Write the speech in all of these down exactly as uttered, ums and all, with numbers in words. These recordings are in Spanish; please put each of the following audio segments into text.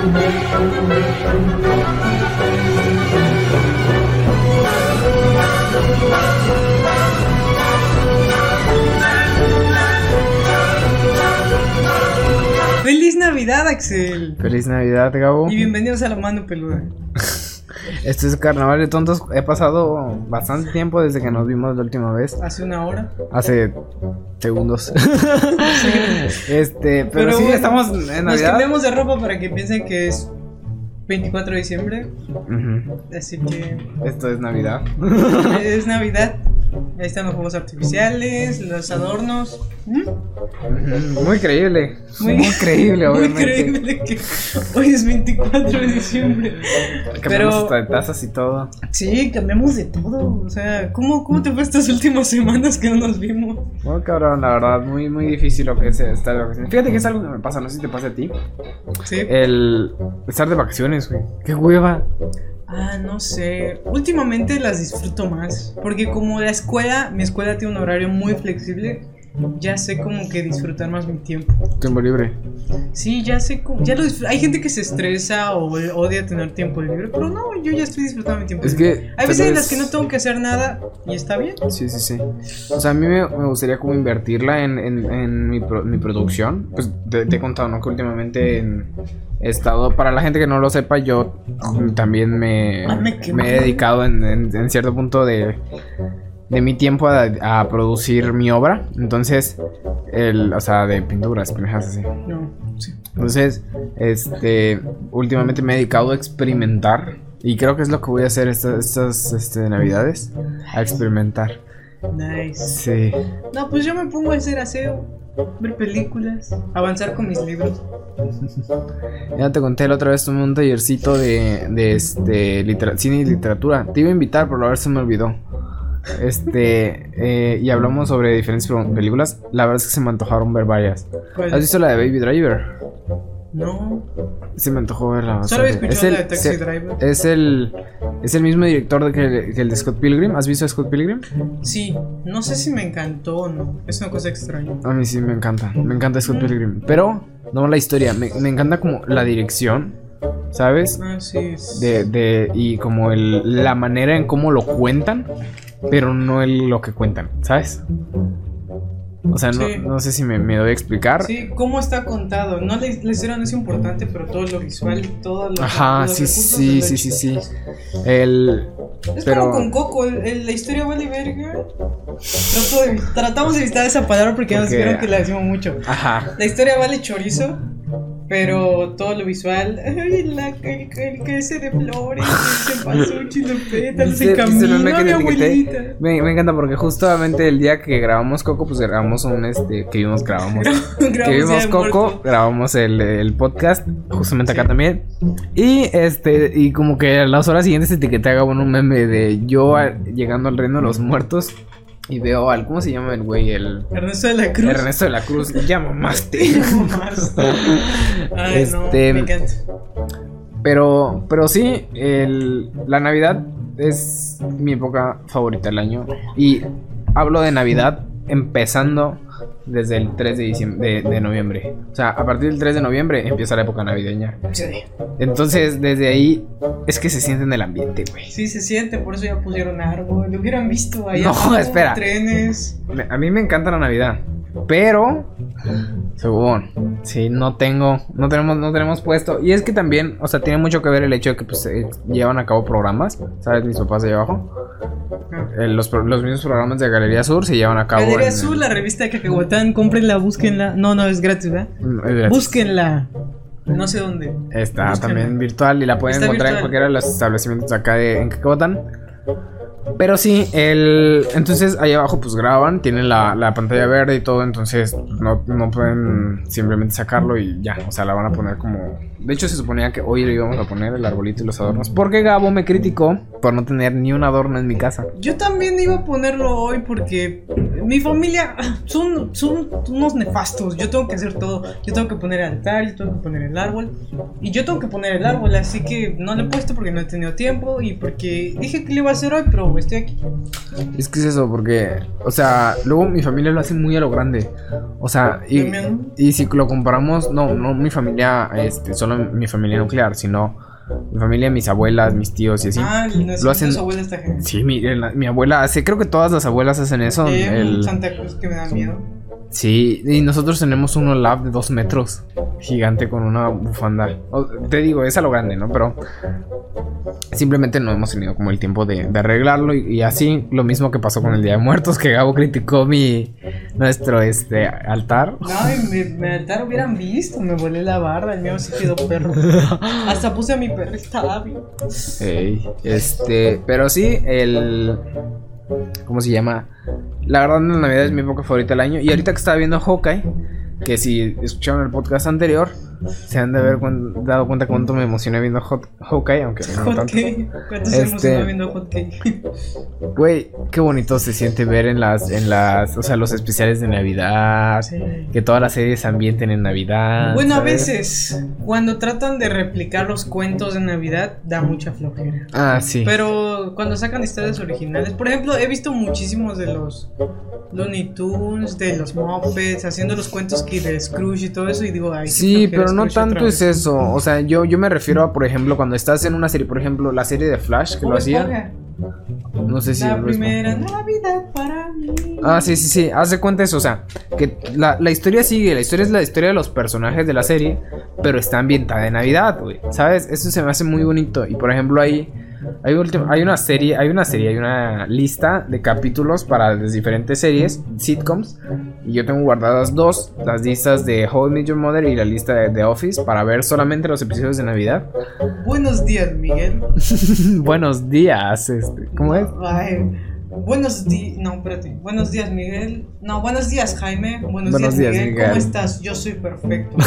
¡Feliz Navidad, Axel! ¡Feliz Navidad, Gabo! Y bienvenidos a La Mano Peluda. Esto es Carnaval de Tontos. He pasado bastante tiempo desde que nos vimos la última vez. Hace una hora. Hace segundos. Sí. Este, pero, pero sí, bueno, estamos en Navidad. Nos cambiamos de ropa para que piensen que es veinticuatro de diciembre. Uh-huh. Así que esto es Navidad. Es Navidad. Ahí están los fuegos artificiales, los adornos. ¿Mm? Uh-huh. Muy creíble. Muy, muy creíble, obviamente. Muy creíble que hoy es veinticuatro de diciembre. Cambiamos pero hasta de tazas y todo. Sí, cambiamos de todo. O sea, ¿cómo, cómo te fue estas últimas semanas que no nos vimos? Bueno, cabrón, la verdad, muy, muy difícil lo que es estar de vacaciones. Fíjate que es algo que me pasa, no sé si te pasa a ti. Sí. El estar de vacaciones, güey. ¡Qué hueva! Ah, no sé. Últimamente las disfruto más. Porque como la escuela, mi escuela tiene un horario muy flexible. Ya sé como que disfrutar más mi tiempo. Tiempo libre. Sí, ya sé como, ya lo disfruto. Hay gente que se estresa o odia tener tiempo libre, pero no, yo ya estoy disfrutando mi tiempo es libre. Que hay veces en las que no tengo que hacer nada y está bien. Sí, sí, sí. O sea, a mí me, me gustaría como invertirla en, en, en mi, pro, mi producción. Pues te, te he contado, ¿no? Que últimamente en, he estado, para la gente que no lo sepa, yo también me, ah, me, me he dedicado en, en, en cierto punto de... de mi tiempo a, a producir mi obra. Entonces, el, o sea, de pinturas, pendejas así. No, sí. Entonces, este, últimamente me he dedicado a experimentar. Y creo que es lo que voy a hacer estas, estas este, navidades. A experimentar. Nice. Sí. No, pues yo me pongo a hacer aseo, ver películas, avanzar con mis libros. Ya te conté la otra vez, tomé un tallercito de, de este, litera, cine y literatura. Te iba a invitar, pero a ver si me olvidó. Este, eh, y hablamos sobre diferentes películas. La verdad es que se me antojaron ver varias. ¿Cuál? ¿Has visto la de Baby Driver? No. Se me antojó verla. Solo había escuchado la de Taxi se, Driver. Es el, es el mismo director de que, que el de Scott Pilgrim. ¿Has visto a Scott Pilgrim? Sí, no sé si me encantó o no. Es una cosa extraña. A mí sí me encanta. Me encanta Scott mm. Pilgrim. Pero no la historia. Me, me encanta como la dirección, ¿sabes? Ah, sí. sí. De, de, y como el, la manera en cómo lo cuentan. Pero no el, lo que cuentan, ¿sabes? O sea, no, sí. no sé si me, me doy a explicar. Sí, cómo está contado. No, la, la historia no es importante, pero todo lo visual, todo lo Ajá, los sí, sí, sí, sí, sí. El... Es pero... como con Coco, el, el, la historia vale verga. Trato de, tratamos de evitar esa palabra porque, porque... nos dijeron que la decimos mucho. Ajá. La historia vale chorizo. Pero todo lo visual, ay, la, el, el que se de flores, se pasó chilopeta, se caminó, mi abuelita. Me, me encanta porque justamente el día que grabamos Coco, pues grabamos un este, que vimos, grabamos, que vimos Coco, muerto. grabamos el, el podcast, justamente sí. acá también. Y este, y como que a las horas siguientes etiqueté a un meme de yo a, llegando al reino de los muertos. Y veo al, ¿cómo se llama el güey? El Ernesto de la Cruz. Ernesto de la Cruz, ya mamaste. Ya mamaste. Ay, este, no, me encanta. Pero, pero sí, el, la Navidad es mi época favorita del año. Y hablo de Navidad empezando desde el tres de diciembre, de, de noviembre. O sea, a partir del tres de noviembre empieza la época navideña. Sí. Entonces, desde ahí es que se siente en el ambiente, güey. Sí, se siente, por eso ya pusieron árbol. Lo hubieran visto allá. No, espera. Trenes. A mí me encanta la Navidad. Pero, según, sí, no tengo, no tenemos, no tenemos puesto. Y es que también, o sea, tiene mucho que ver el hecho de que pues eh, llevan a cabo programas. ¿Sabes? Mis papás allá abajo. Eh, los, los mismos programas de Galería Sur se llevan a cabo. Galería en, Sur, la revista de Cacahuatán, cómprenla, búsquenla. No, no, es gratis, ¿verdad? Es gratis. Búsquenla. No sé dónde. Está Búsquenla. También virtual y la pueden Está encontrar virtual. en cualquiera de los establecimientos acá de en Cacahuatán. Pero sí, el entonces ahí abajo pues graban, tienen la, la pantalla verde y todo, entonces no, no pueden simplemente sacarlo y ya, o sea, la van a poner como... De hecho se suponía que hoy le íbamos a poner el arbolito y los adornos, porque Gabo me criticó por no tener ni un adorno en mi casa. Yo también iba a ponerlo hoy porque mi familia son, son unos nefastos. Yo tengo que hacer todo. Yo tengo que poner el altar, yo tengo que poner el árbol. Y yo tengo que poner el árbol, así que no lo he puesto porque no he tenido tiempo y porque dije que lo iba a hacer hoy, pero estoy aquí. Es que es eso, porque, o sea, luego mi familia lo hace muy a lo grande. O sea, y, y si lo comparamos, no, no mi familia, este, solo mi familia nuclear, sino mi familia, mis abuelas, mis tíos y así. Ah, lo hacen. Tu abuela está genial. Sí, mi, la, mi abuela hace, creo que todas las abuelas hacen eso. Sí, el Santa Cruz que me da miedo. Sí, y nosotros tenemos un Olaf de dos metros, gigante con una bufanda. O, te digo, es a lo grande, ¿no? Pero simplemente no hemos tenido como el tiempo de, de arreglarlo y, y así, lo mismo que pasó con el Día de Muertos, que Gabo criticó mi, nuestro, este, altar. No, y mi, mi altar hubieran visto, me volé la barba, el mío sí quedó perro. Hasta puse a mi perro estabio. Ey, este, pero sí, el... ¿Cómo se llama? La verdad, la Navidad es mi época favorita del año. Y ahorita que estaba viendo Hawkeye, que si escucharon el podcast anterior, se han de haber cu- dado cuenta cuánto me emocioné viendo Hot- Hawkeye, aunque no tanto. Hawkeye, ¿cuánto se Este, emocionó viendo Hawkeye? Güey, qué bonito se siente ver en las, en las, o sea, los especiales de Navidad, Sí. que todas las series se ambienten en Navidad. Bueno, a ¿sabes? veces, cuando tratan de replicar los cuentos de Navidad, da mucha flojera. Ah, sí. Pero cuando sacan historias originales, por ejemplo, he visto muchísimos de los Looney Tunes, de los Muppets, haciendo los cuentos que de Scrooge y todo eso, y digo, ay, qué Sí, flojera pero no Scrooge tanto otra es vez. eso. O sea, yo, yo me refiero a, por ejemplo, cuando estás en una serie, por ejemplo, la serie de Flash, que Bob lo hacía. Esponja, No sé si la lo primera Navidad para mí. Ah, sí, sí, sí, haz de cuenta eso, o sea, que la, la historia sigue, la historia es la historia de los personajes de la serie, pero está ambientada en Navidad, güey, ¿sabes? Eso se me hace muy bonito, y por ejemplo ahí, hay, ulti- hay una serie, hay una serie, hay una lista de capítulos para las diferentes series, sitcoms, y yo tengo guardadas dos, las listas de How I Met Your Mother y la lista de The Office, para ver solamente los episodios de Navidad. Buenos días, Miguel. Buenos días, este, ¿cómo es? Ay, buenos días, no, espérate. Buenos días, Miguel. No, buenos días, Jaime. Buenos, Buenos días, días, Miguel. Miguel. ¿Cómo estás? Yo soy perfecto.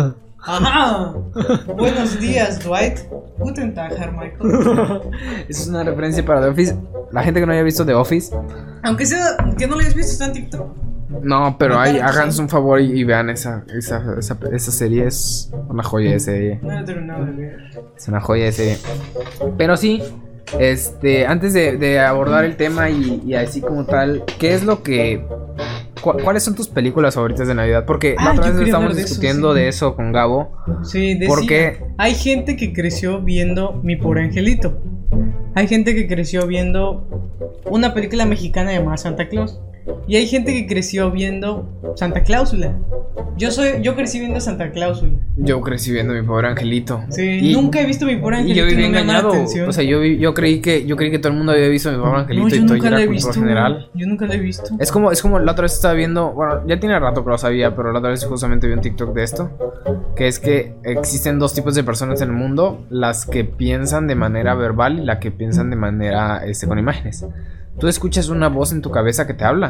Ajá. Buenos días, Dwight. Guten Tag, Herr Michael. Esa es una referencia para The Office. La gente que no haya visto The Office, Aunque sea que no lo hayas visto, está en TikTok. no, pero No, ahí claro que háganse sí. un favor y, y vean esa, esa, esa, esa serie. Es una joya de serie. No lo he terminado de ver. Es una joya de serie. Pero sí, este, antes de, de abordar el tema y, y así como tal, ¿qué es lo que... cu- ¿Cuáles son tus películas favoritas de Navidad? Porque la Ah, otra yo vez quería estábamos hablar de eso, discutiendo sí. de eso con Gabo. Sí, decía, ¿Por qué? Hay gente que creció viendo Mi Pobre Angelito. Hay gente que creció viendo una película mexicana llamada Santa Claus. Y hay gente que creció viendo Santa Cláusula. Yo soy, yo crecí viendo Santa Cláusula. Yo crecí viendo Mi Pobre Angelito. Sí, Y- nunca he visto Mi Pobre Y Angelito. yo viví no me llama la engañado. atención. O sea, yo, vi- yo creí que yo creí que todo el mundo había visto Mi Pobre Angelito no, y yo todo nunca era la he cultura visto. general. Yo nunca la he visto. Es como, es como la otra vez estaba viendo, bueno, ya tiene rato que lo sabía, pero la otra vez justamente vi un TikTok de esto, que es que existen dos tipos de personas en el mundo, las que piensan de manera verbal y las que piensan de manera, este, con imágenes. Tú escuchas una voz en tu cabeza que te habla,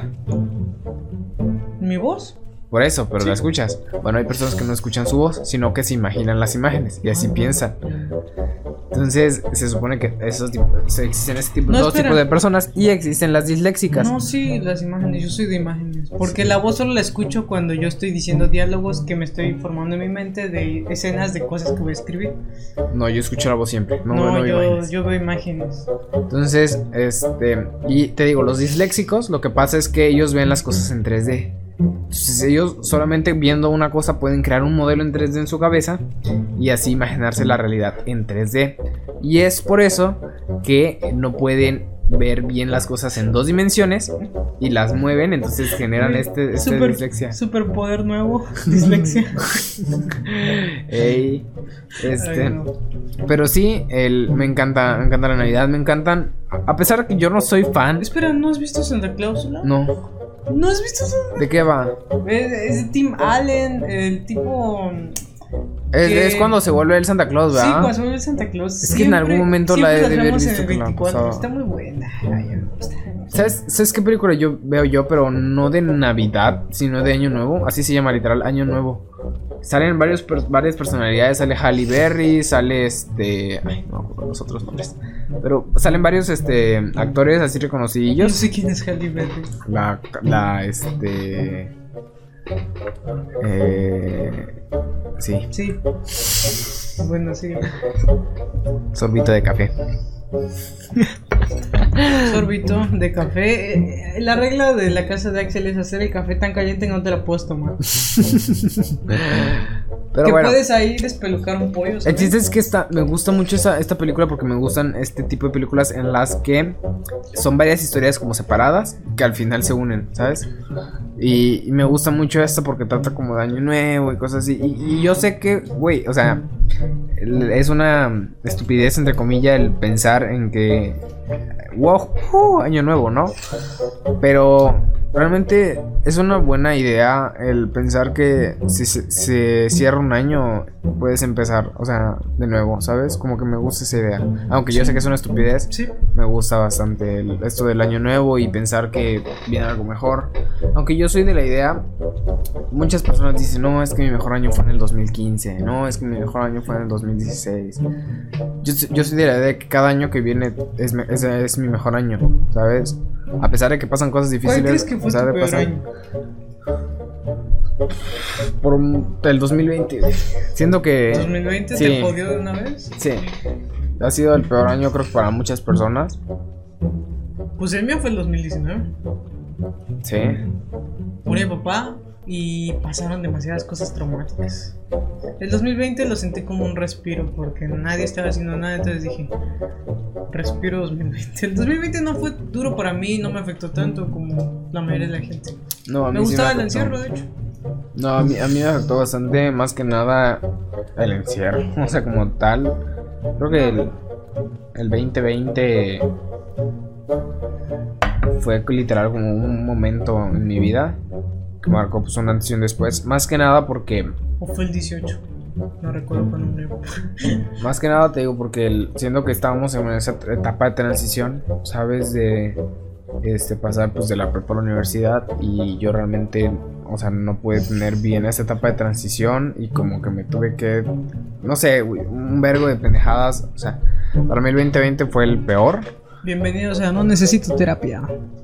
¿Mi voz? por eso, pero Sí. la escuchas. Bueno, hay personas que no escuchan su voz, sino que se imaginan las imágenes y así piensan. Entonces, se supone que esos tipos, existen ese tipo, No, dos espera. tipos de personas y existen las disléxicas. No, sí, las imágenes. Yo soy de imágenes. Porque la voz solo la escucho cuando yo estoy diciendo diálogos que me estoy formando en mi mente de escenas de cosas que voy a escribir. No, yo escucho la voz siempre. No, No, no veo yo, imágenes. yo veo imágenes. Entonces, este, y te digo, los disléxicos, lo que pasa es que ellos ven las cosas en tres D. Entonces, ellos solamente viendo una cosa pueden crear un modelo en tres D en su cabeza y así imaginarse la realidad en tres D. Y es por eso que no pueden ver bien las cosas en dos dimensiones y las mueven, entonces generan este, este Super- dislexia. Superpoder nuevo, dislexia. Ey, este, Ay, no. pero sí, el, me encanta, me encanta la Navidad, me encantan, a pesar de que yo no soy fan, Espera, ¿no has visto Santa Cláusula? no, ¿No has visto Santa? ¿de qué va? Es, es de Tim Allen, el tipo. Es, que- es cuando se vuelve el Santa Claus, Sí, ¿verdad? cuando se ve Santa Claus. Es que en algún momento la he siempre de haber vemos en visto el que la veinticuatro. pasaba. Está muy buena. Ay, me gusta, me gusta. ¿Sabes, ¿Sabes qué película yo veo yo, pero no de Navidad, sino de Año Nuevo? Así se llama literal, Año Nuevo. Salen varios, per- varias personalidades, sale Halle Berry, sale este... Ay, no me acuerdo los otros nombres. Pero salen varios este actores así reconocidillos. No sé quién es Halle Berry. La, la, este... Eh... Sí. Sí. Bueno, sí. Sorbito de café. Sorbito de café. La regla de la casa de Axel es hacer el café tan caliente que no te la puedes tomar. Pero que bueno, puedes ahí despelucar un pollo, ¿sabes? El chiste es que esta, me gusta mucho esa, esta película porque me gustan este tipo de películas en las que son varias historias como separadas que al final se unen, ¿sabes? Y, y me gusta mucho esta porque trata como de año nuevo y cosas así. Y, y yo sé que, güey, o sea, es una estupidez entre comillas el pensar en que wow, uh, año nuevo, ¿no? Pero realmente es una buena idea el pensar que si se, se cierra un año puedes empezar, o sea, de nuevo, ¿sabes? Como que me gusta esa idea. Aunque yo sé que es una estupidez, sí, me gusta bastante el, esto del año nuevo y pensar que viene algo mejor. Aunque yo soy de la idea, muchas personas dicen, no, es que mi mejor año fue en el dos mil quince, no, es que mi mejor año fue en el dos mil dieciséis. Yo, yo soy de la idea de que cada año que viene es, es, es mi mejor año, ¿sabes? A pesar de que pasan cosas difíciles. ¿Cuál crees que fue tu peor pasar, año? Por el dos mil veinte. Siento que ¿dos mil veinte sí, te jodió de una vez? Sí. Ha sido el peor año, creo que para muchas personas. Pues el mío fue el dos mil diecinueve. Sí. Murió mi papá y pasaron demasiadas cosas traumáticas. El dos mil veinte lo sentí como un respiro porque nadie estaba haciendo nada, entonces dije, respiro dos mil veinte. El dos mil veinte no fue duro para mí, no me afectó tanto como la mayoría de la gente. No, a mí me gustaba sí me el encierro, de hecho. No, a mí, a mí me afectó bastante, más que nada el encierro, o sea, como tal. Creo que el, el veinte veinte fue literal como un momento en mi vida que marcó pues una antes y un después. Más que nada porque... ¿O fue el dieciocho? No recuerdo cuándo murió. Más que nada te digo porque el, siendo que estábamos en esa etapa de transición, ¿sabes? De este pasar pues de la prepa a la universidad y yo realmente, o sea, no pude tener bien esa etapa de transición y como que me tuve que, no sé, un vergo de pendejadas. O sea, para mí el veinte veinte fue el peor. Bienvenido, o sea, no necesito terapia.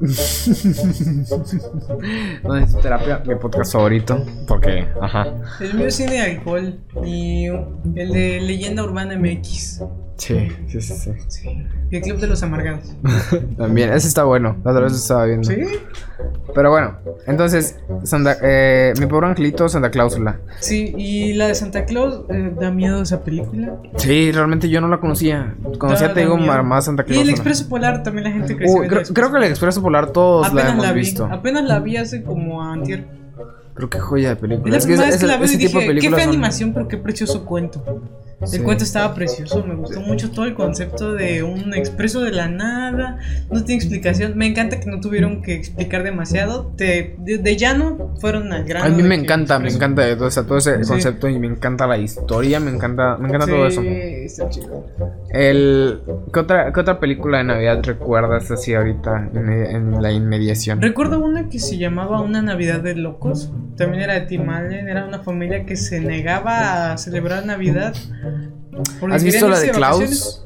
No necesito terapia, mi podcast favorito. Porque, ajá. El mío es cine de alcohol y el de Leyenda Urbana M X. Sí, sí, sí, sí. Sí. Y el Club de los Amargados. También, ese está bueno. La otra vez estaba viendo. Sí. Pero bueno, entonces, Santa, eh, mi pobre angelito, Santa Cláusula. Sí, y la de Santa Claus, eh, ¿da miedo esa película? Sí, realmente yo no la conocía. Conocía, da, te digo, más Santa Cláusula. Y el Expreso Polar también la gente creció. Uh, creo, creo que el Expreso Polar todos apenas la hemos la vi, visto. Apenas la vi hace como antier. Pero qué joya de película. Es, es que es, es que la vi y dije, qué fea animación, pero qué precioso cuento. El sí. cuento estaba precioso, me gustó mucho todo el concepto de un expreso de la nada, no tiene explicación, me encanta que no tuvieron que explicar demasiado, de, de, de llano fueron al grano. A mí me encanta, me encanta o sea, todo ese sí. concepto y me encanta la historia, me encanta, me encanta sí, todo eso. Está chido. El, ¿qué otra, qué otra película de Navidad recuerdas así ahorita en, en la inmediación? Recuerdo una que se llamaba Una Navidad de Locos, también era de Tim Allen, era una familia que se negaba a celebrar Navidad. ¿Has visto la de Klaus?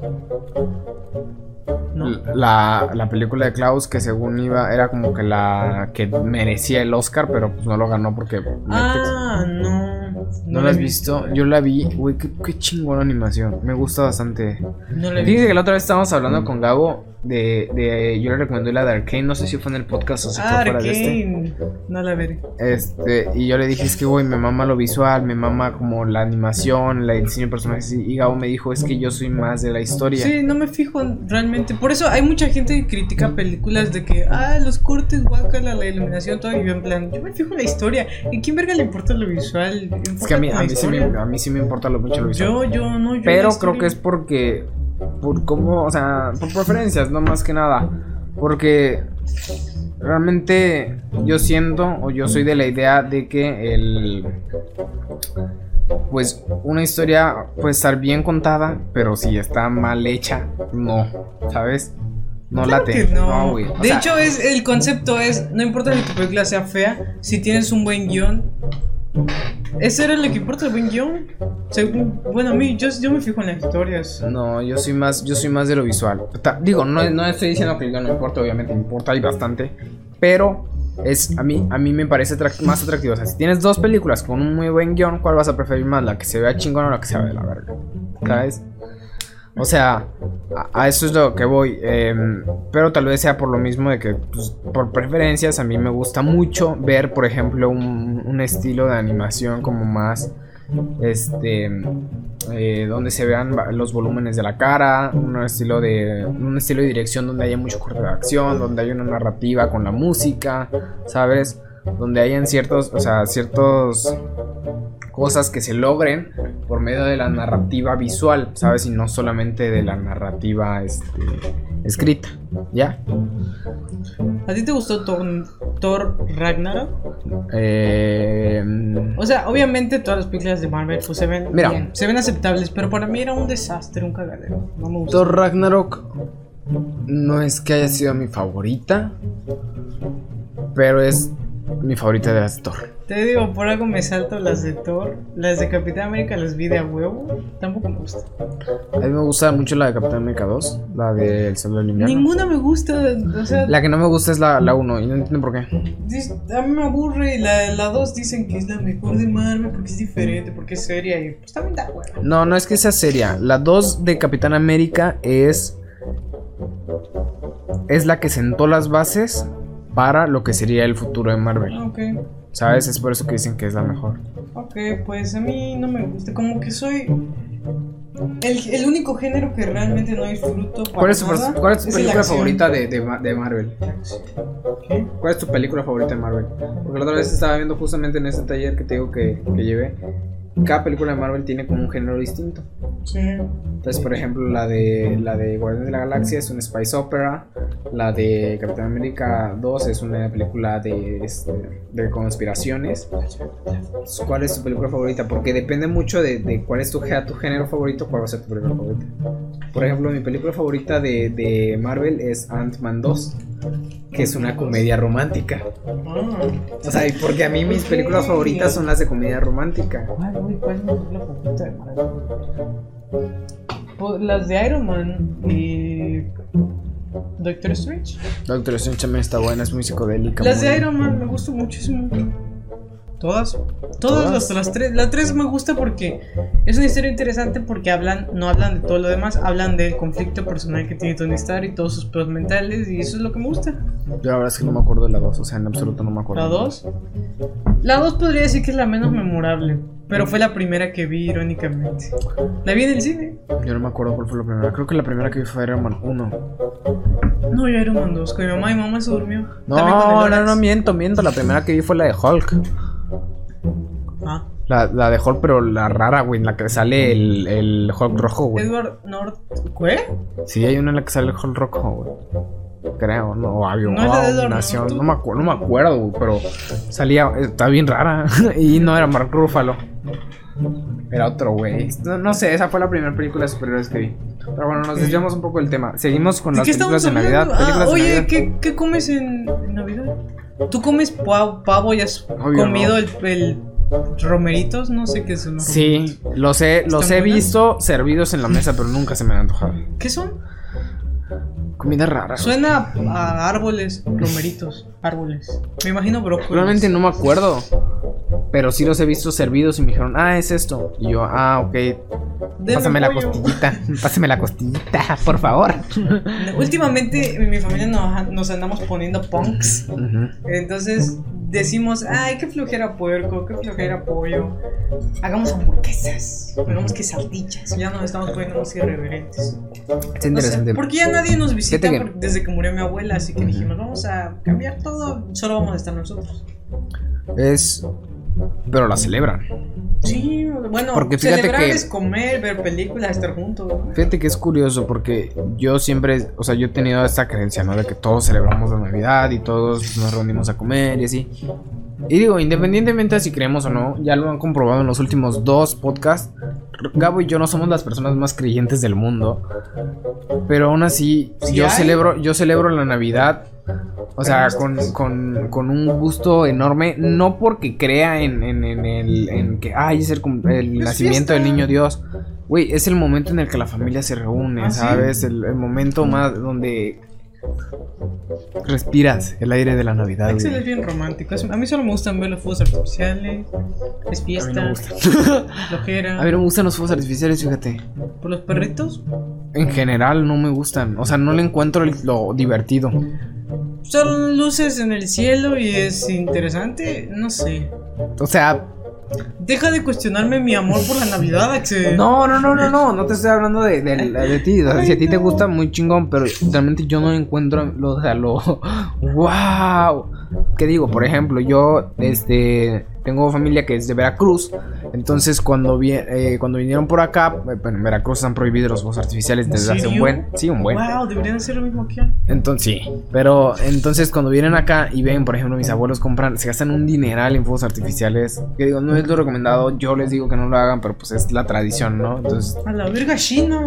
No. La, la película de Klaus que según iba era como que la que merecía el Oscar, pero pues no lo ganó porque Netflix. Ah, no. ¿No la has visto? Yo la vi, güey, qué, qué chingona animación. Me gusta bastante. No la vi. Fíjate que la otra vez estábamos hablando mm. con Gabo de, de... Yo le recomendé la de Arcane, no sé si fue en el podcast o si ah, fue fuera de este. No la veré. Este, y yo le dije, es que, güey, me mama lo visual, me mama como la animación, el diseño de personajes. Y Gabo me dijo, es que yo soy más de la historia. Sí, no me fijo realmente. Por eso hay mucha gente que critica películas de que, ah, los cortes, guácala, la iluminación, todo. Y yo en plan, yo me fijo en la historia. ¿En quién verga le importa lo visual? Es que a mí, a mí, sí me, a mí sí me importa lo mucho lo visual. Yo, yo, no, yo. Pero creo que es porque... Por cómo, o sea, por preferencias, no más que nada. Porque realmente yo siento, o yo soy de la idea de que el... Pues una historia puede estar bien contada, pero si está mal hecha, no, ¿sabes? No claro late. Que no, no güey. De sea, hecho, es el concepto es, no importa si tu película sea fea, si tienes un buen guión, ¿Ese era el que importa, el buen guión? Según, bueno, a mí, yo, yo me fijo en las historias. No, yo soy más, yo soy más de lo visual. Ta, digo, no, no estoy diciendo que el guión no importa, obviamente importa y bastante. Pero es, a mí, a mí me parece atract- más atractivo. O sea, si tienes dos películas con un muy buen guión, ¿cuál vas a preferir más? ¿La que se vea chingón o la que se vea de la verga? ¿Sabes? O sea, a, a eso es lo que voy. Eh, pero tal vez sea por lo mismo de que, pues, por preferencias, a mí me gusta mucho ver, por ejemplo, un, un estilo de animación como más, este, eh, donde se vean los volúmenes de la cara, un estilo de, un estilo de dirección donde haya mucho corte de acción, donde haya una narrativa con la música, ¿sabes? Donde hayan ciertos, o sea, ciertos cosas que se logren por medio de la narrativa visual, ¿sabes? Y no solamente de la narrativa este, escrita, ¿ya? ¿A ti te gustó Thor, Thor Ragnarok? Eh, o sea, obviamente todas las películas de Marvel pues, se ven mira, bien, se ven aceptables, pero para mí era un desastre, un cagadero. No me gustó. Thor Ragnarok no es que haya sido mi favorita, pero es mi favorita de las de Thor. Te digo, por algo me salto las de Thor. Las de Capitán América las vi de a huevo. Tampoco me gusta. A mí me gusta mucho la de Capitán América dos, la de El Soldado del Invierno. Ninguna me gusta, o sea... La que no me gusta es la, la uno, y no entiendo por qué. A mí me aburre, y la, la dos dicen que es la mejor de Marvel porque es diferente, porque es seria, y pues también da huevo. No, no es que sea seria. La dos de Capitán América es... Es la que sentó las bases para lo que sería el futuro de Marvel. Ok. ¿Sabes? Es por eso que dicen que es la mejor. Ok, pues a mí no me gusta. Como que soy el, el único género que realmente no disfruto para ¿Cuál es tu, nada, ¿cuál es tu es película la favorita de, de, de Marvel? ¿Qué? ¿Cuál es tu película favorita de Marvel? Porque la otra vez estaba viendo justamente en ese taller que te digo que, que llevé. Cada película de Marvel tiene como un género distinto. Sí. Entonces, por ejemplo, la de la de Guardianes de la Galaxia es una spice opera. La de Capitán América dos es una película de, este, de conspiraciones. ¿Cuál es tu película favorita? Porque depende mucho de, de cuál es tu, tu género favorito, cuál va a ser tu película favorita. Por ejemplo, mi película favorita de, de Marvel es Ant-Man dos, que es una comedia romántica. Ah. O sea, porque a mí mis películas favoritas son las de comedia romántica. ¿Cuál es mi película favorita de Marvel? Pues las de Iron Man y Doctor Strange. Doctor Strange también está buena, es muy psicodélica. Las muy... de Iron Man me gustan muchísimo. Todas. Todas, ¿Todas? Las, las tres. La tres me gusta porque es una historia interesante porque hablan, no hablan de todo lo demás, hablan del conflicto personal que tiene Tony Stark y todos sus pedos mentales, y eso es lo que me gusta. Yo la verdad es que no me acuerdo de la dos, o sea, en absoluto no me acuerdo. ¿La dos? La dos podría decir que es la menos memorable, pero fue la primera que vi irónicamente. La vi en el cine. Yo no me acuerdo cuál fue la primera. Creo que la primera que vi fue Iron Man uno. No, yo Iron Man dos, con mi mamá y mamá se durmió. No, no, no, miento, miento. La primera que vi fue la de Hulk. Ah. La, la de Hulk, pero la rara, güey, en la que sale el, el Hulk rojo, güey. Edward North. ¿Qué? Sí, hay una en la que sale el Hulk rojo, güey. Creo, no, había ¿No una es de nación, no me acuerdo, no me acuerdo, güey, pero salía, está bien rara. Y no era Mark Ruffalo. Era otro, güey. No, no sé, esa fue la primera película de superhéroes que vi. Pero bueno, nos desviamos un poco del tema. Seguimos con las películas de Navidad. Ah, oye, de Navidad. ¿qué, ¿qué comes en, en Navidad? ¿Tú comes pavo, pavo y has Obvio comido no. el, el romeritos? No sé qué son. Sí, los he, los he visto servidos en la mesa, pero nunca se me han antojado. ¿Qué son? Comida rara. Suena a árboles, romeritos, árboles. Me imagino brócolis. Realmente no me acuerdo. Pero sí los he visto servidos y me dijeron, ah, es esto. Y yo, ah, ok. Deme Pásame pollo. la costillita. Pásame la costillita, por favor. Últimamente en mi familia nos, nos andamos poniendo punks. Uh-huh. Entonces decimos, ay, qué flojera puerco, qué flojera pollo. Hagamos hamburguesas, hagamos quesadillas. Ya nos estamos poniendo más irreverentes. Es interesante. O sea, porque ya nadie nos visita por, desde que murió mi abuela. Así que uh-huh. dijimos, vamos a cambiar todo. Solo vamos a estar nosotros. Es... Pero la celebran. Sí, bueno, porque fíjate celebrar que, es comer, ver películas, estar juntos, ¿no? Fíjate que es curioso porque yo siempre, o sea, yo he tenido esta creencia, ¿no? De que todos celebramos la Navidad y todos nos reunimos a comer y así. Y digo, independientemente de si creemos o no, ya lo han comprobado en los últimos dos podcasts. Gabo y yo no somos las personas más creyentes del mundo, pero aún así, ¿Sí yo hay? celebro, yo celebro la Navidad O sea, con, con, con un gusto enorme. No porque crea en, en, en, el, en que ay, es el, el nacimiento del niño Dios. Güey, es el momento en el que la familia se reúne, ¿Ah, ¿sabes? ¿Sí? El, el momento más donde respiras el aire de la Navidad. Axel es bien romántico. A mí solo me gustan ver los fuegos artificiales. Es fiesta. A mí no me gustan. Flojera. A mí no me gustan los fuegos artificiales, fíjate. ¿Por los perritos? En general no me gustan. O sea, no le encuentro lo divertido. Son luces en el cielo y es interesante. No sé. O sea, deja de cuestionarme mi amor por la Navidad, Axel. No, no, no, no, no, no te estoy hablando de, de, de, de ti. O sea, si a ti te gusta, muy chingón, pero realmente yo no encuentro lo, o sea, lo wow. ¿Qué digo? Por ejemplo, yo, este, tengo familia que es de Veracruz. Entonces, cuando vi, eh, cuando vinieron por acá, bueno, en Veracruz están prohibidos los fuegos artificiales desde hace un buen, sí, un buen. Wow, deberían hacer lo mismo aquí. Entonces, sí, pero entonces cuando vienen acá y ven, por ejemplo, mis abuelos compran, se gastan un dineral en fuegos artificiales. Que digo, no es lo recomendado, yo les digo que no lo hagan, pero pues es la tradición, ¿no? Entonces, a la verga, China.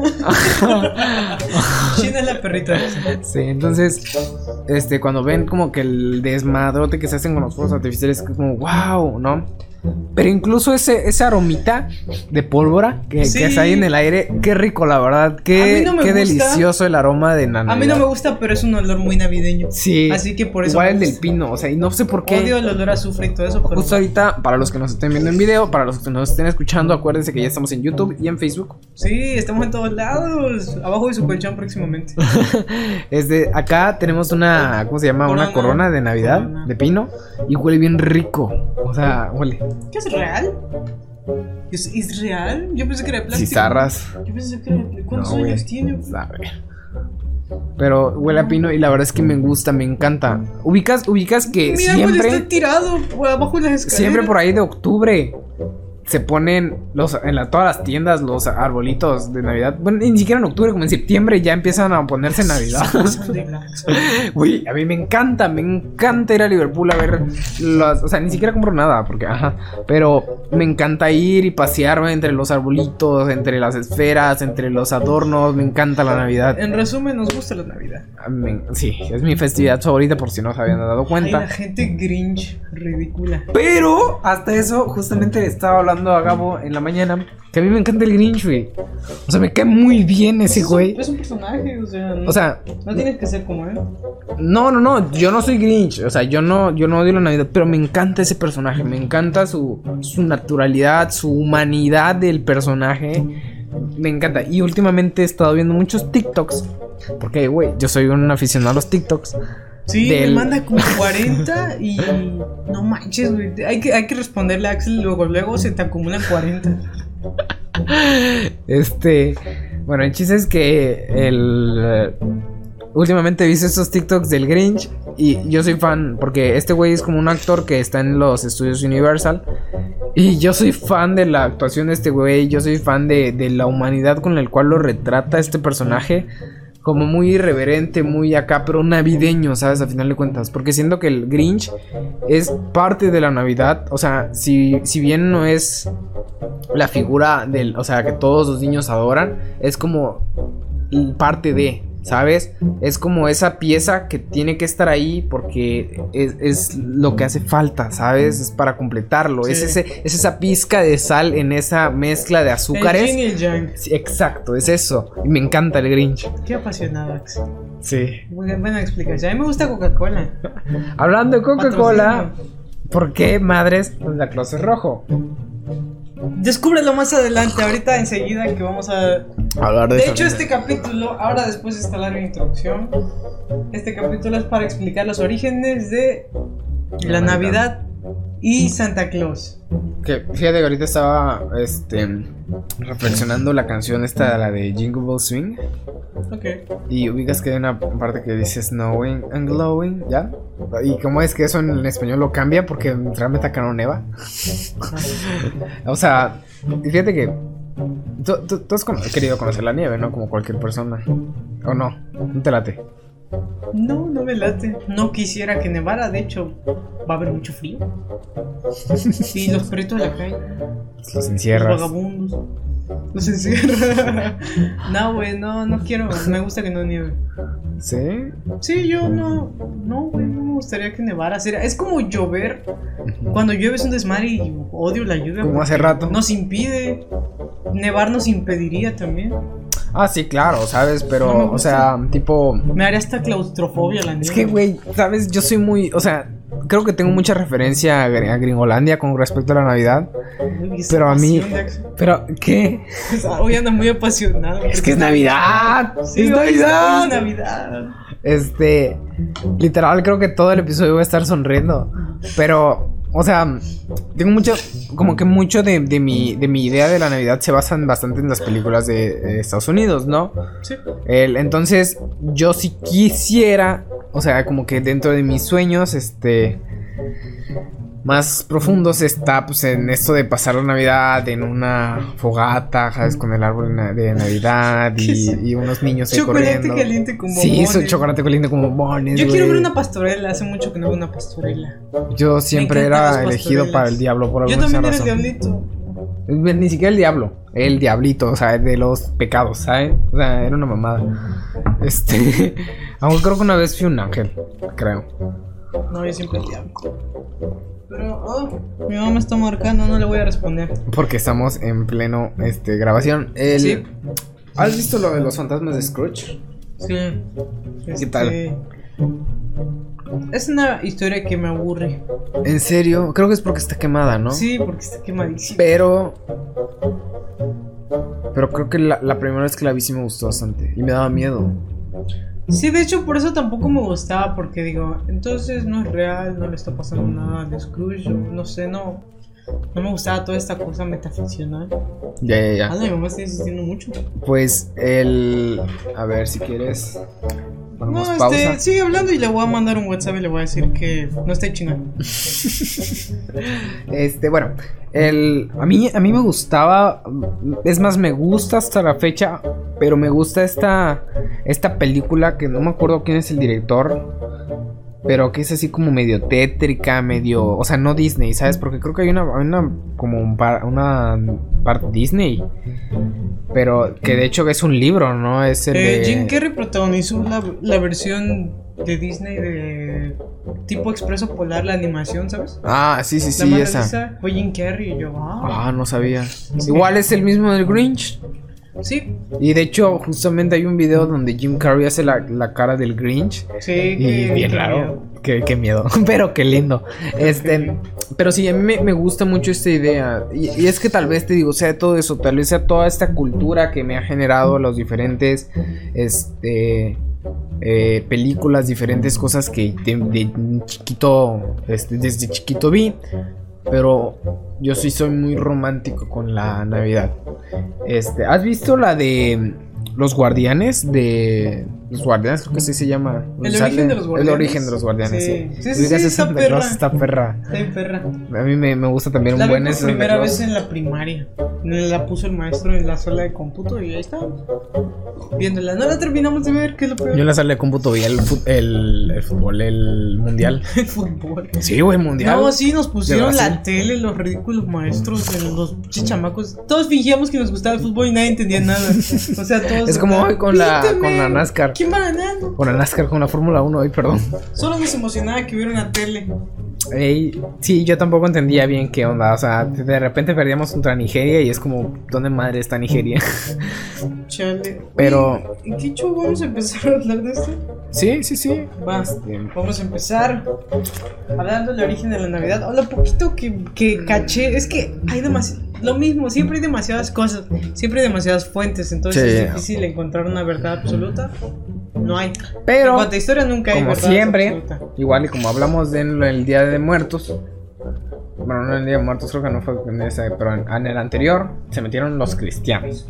China es la perrita. Sí, entonces, este, cuando ven como que el desmadrote que se hacen con los fuegos artificiales, es como wow, ¿no? Pero incluso ese, esa aromita de pólvora que, sí. que está ahí en el aire, qué rico, la verdad. Qué, no qué delicioso el aroma de Navidad. A mí no me gusta, pero es un olor muy navideño. Sí. Así que por eso. Igual el del pino, o sea, y no sé por qué. Odio el olor a azufre y todo eso. Pero justo ahorita, para los que nos estén viendo en video, para los que nos estén escuchando, acuérdense que ya estamos en YouTube y en Facebook. Sí, estamos en todos lados. Abajo de su colchón próximamente. Este, acá tenemos una, ¿cómo se llama? Corona. Una corona de Navidad, corona. De pino. Y huele bien rico. O sea, huele. ¿Qué es real? ¿Es, ¿Es real? Yo pensé que era plástico. Cizarras. Yo pensé que era plástico. ¿Cuántos no, años tiene? Sabe. Pero huele a pino y la verdad es que me gusta, me encanta. Ubicas, ubicas que mi siempre. Mi árbol está tirado por abajo de las escaleras. Siempre por ahí de octubre se ponen los, en la, todas las tiendas los arbolitos de Navidad. Bueno, ni siquiera en octubre, como en septiembre ya empiezan a ponerse Navidad. Uy, a mí me encanta, me encanta ir a Liverpool a ver los, o sea, ni siquiera compro nada porque, ajá, pero me encanta ir y pasearme entre los arbolitos, entre las esferas, entre los adornos, me encanta la Navidad. En resumen, nos gusta la Navidad. Me, sí, es mi festividad favorita por si no se habían dado cuenta. Ay, la gente Grinch, ridícula. Pero, hasta eso, justamente estaba hablando a Gabo en la mañana que a mí me encanta el Grinch, güey. O sea, me cae muy bien ese güey. Es un personaje, o sea, no, o sea, no tienes que ser como él. No, no, no, yo no soy Grinch. O sea, yo no, yo no odio la Navidad, pero me encanta ese personaje. Me encanta su, su naturalidad, su humanidad del personaje. Me encanta. Y últimamente he estado viendo muchos TikToks. Porque, güey, yo soy un aficionado a los TikToks. Sí, del... me manda como cuarenta y no manches, güey. Hay que, hay que responderle a Axel, luego, luego se te acumulan cuarenta. Este, bueno, el chiste es que el últimamente he visto estos TikToks del Grinch y yo soy fan porque este güey es como un actor que está en los estudios Universal y yo soy fan de la actuación de este güey, yo soy fan de, de la humanidad con la cual lo retrata este personaje. Como muy irreverente, muy acá, pero navideño, ¿sabes? A final de cuentas. Porque siento que el Grinch es parte de la Navidad. O sea, si, si bien no es la figura del... O sea, que todos los niños adoran. Es como parte de... ¿Sabes? Es como esa pieza que tiene que estar ahí porque es, es lo que hace falta, ¿sabes? Es para completarlo. Sí. Es, ese, es esa pizca de sal en esa mezcla de azúcares. El yin y el yang. Sí, exacto, es eso. Y me encanta el Grinch. Qué apasionado, Axel. Sí. Muy buena explicación. A mí me gusta Coca-Cola. Hablando de Coca-Cola, ¿por qué madres Santa Claus es rojo? Descúbrelo más adelante, ahorita enseguida que vamos a hablar de, de eso. hecho, este capítulo, ahora después de esta larga introducción, este capítulo es para explicar los orígenes de la Navidad y Santa Claus. Que fíjate que ahorita estaba este reflexionando la canción esta, la de Jingle Bell Swing. Ok. Y ubicas que hay una parte que dice Snowing and Glowing, ¿ya? Y cómo es que eso en español lo cambia porque realmente acá no neva. O sea, fíjate que tú, tú, tú has querido conocer la nieve, ¿no? Como cualquier persona. ¿O no? ¿No te late? No, no me late. No quisiera que nevara, de hecho va a haber mucho frío. Y los perritos de la calle. Los encierras. Los vagabundos. Los encierra. No, güey, no, no quiero. Me gusta que no nieve. ¿Sí? Sí, yo no. No, güey, no me gustaría que nevara. Es como llover. Cuando llueve es un desmadre y odio la lluvia. Como hace rato. Nos impide. Nevar nos impediría también. Ah, sí, claro, ¿sabes? Pero, no o sea, tipo... Me haría hasta claustrofobia la nieve. Es que, güey, ¿sabes? Yo soy muy... O sea, creo que tengo mucha referencia a, a Gringolandia con respecto a la Navidad. Uy, pero a mí... Pero, ¿qué? Hoy anda muy apasionado. Es que es Navidad. Sí, es Navidad. Es Navidad. Este... Literal, creo que todo el episodio voy a estar sonriendo. Pero... O sea, tengo mucho, como que mucho de, de, mi, de mi idea de la Navidad se basan bastante en las películas de, de Estados Unidos, ¿no? Sí. El, entonces, yo si quisiera, o sea, como que dentro de mis sueños, este... más profundos está pues en esto de pasar la Navidad en una fogata, ¿sabes? Con el árbol de Navidad y, y unos niños ahí chocolate corriendo. Caliente con bombones. Sí, eso, chocolate caliente con bombones. Yo wey. quiero ver una pastorela, hace mucho que no veo una pastorela. Yo siempre era elegido para el diablo por alguna razón. Yo también era el diablito. Ni siquiera el diablo, el diablito, o sea, de los pecados, ¿sabes? O sea, era una mamada. Este, aunque creo que una vez fui un ángel, creo. No, yo siempre el diablo. Pero, oh, mi mamá me está marcando, no le voy a responder. Porque estamos en pleno, este, grabación. El... Sí. ¿Has visto lo de los fantasmas de Scrooge? Sí. ¿Qué Este... tal? Es una historia que me aburre. ¿En serio? Creo que es porque está quemada, ¿no? Sí, porque está quemadísima. Pero... Pero creo que la, la primera vez que la vi sí me gustó bastante. Y me daba miedo. Sí, de hecho por eso tampoco me gustaba. Porque digo, entonces no es real, no le está pasando nada al Scrooge. No sé, no No me gustaba toda esta cosa metaficcional. Ya, ya, ya. Ah, mi mamá está insistiendo mucho. Pues el... A ver, si quieres... No, este, sigue hablando y le voy a mandar un WhatsApp y le voy a decir que no está chingando. Este, bueno, el, a mí, a mí me gustaba, es más, me gusta hasta la fecha, pero me gusta esta, esta película que no me acuerdo quién es el director, pero que es así como medio tétrica, medio, o sea, no Disney, ¿sabes? Porque creo que hay una, una como un par, una parte Disney, pero que de hecho es un libro, ¿no? Es el eh, de... Jim Carrey protagonizó la, la versión de Disney de tipo Expreso Polar, la animación, ¿sabes? Ah, sí, sí, sí, la esa. esa fue Jim Carrey y yo, ah. Ah, no sabía. Igual es el mismo del Grinch. Sí. Y de hecho, justamente hay un video donde Jim Carrey hace la, la cara del Grinch. Sí, y qué, bien qué raro. miedo. Qué, qué miedo. Pero qué lindo. Este. Pero sí, a mí me, me gusta mucho esta idea. Y, y es que tal vez te digo, sea todo eso, tal vez sea toda esta cultura que me ha generado los diferentes. Este. Eh, películas, diferentes cosas que de, de chiquito. Este, desde chiquito vi. Pero yo sí soy muy romántico con la Navidad. Este, ¿has visto la de Los Guardianes? De Los Guardianes, creo que así se llama. El sale, origen de los Guardianes. El origen de los Guardianes, sí. Sí, sí, sí, sí, está perra. Está perra. Está perra. A mí me, me gusta también la un buen vi por primera vez en la primaria. La puso el maestro en la sala de cómputo y ahí estábamos viéndola. No la terminamos de ver, que es lo peor. Yo en la sala de cómputo vi el, el, el fútbol, el mundial. El fútbol. Sí, güey, el mundial. No, sí, nos pusieron la tele, los ridículos maestros, los chichamacos. Todos fingíamos que nos gustaba el fútbol y nadie entendía nada. O sea, todos. Es como hoy con la, con la NASCAR. ¿Quién va ganando? Con la NASCAR, con la Fórmula uno hoy, perdón. Solo nos emocionaba que hubiera una tele. Ey, sí, yo tampoco entendía bien qué onda. O sea, de repente perdíamos contra Nigeria y es como, ¿dónde madre está Nigeria? Chale. Pero... Oye, ¿en qué show vamos a empezar a hablar de esto? Sí, sí, sí. Va, vamos a empezar hablando del origen de la Navidad. O lo poquito que, que caché. Es que hay demasiado... Lo mismo, siempre hay demasiadas cosas. Siempre hay demasiadas fuentes. Entonces sí, es difícil encontrar una verdad absoluta. No hay. Pero en cuanto a historia nunca hay como verdad siempre, absoluta. Igual y como hablamos del de Día de Muertos. Bueno, no en el Día de Muertos, creo que no fue en ese, pero en, en el anterior se metieron los cristianos.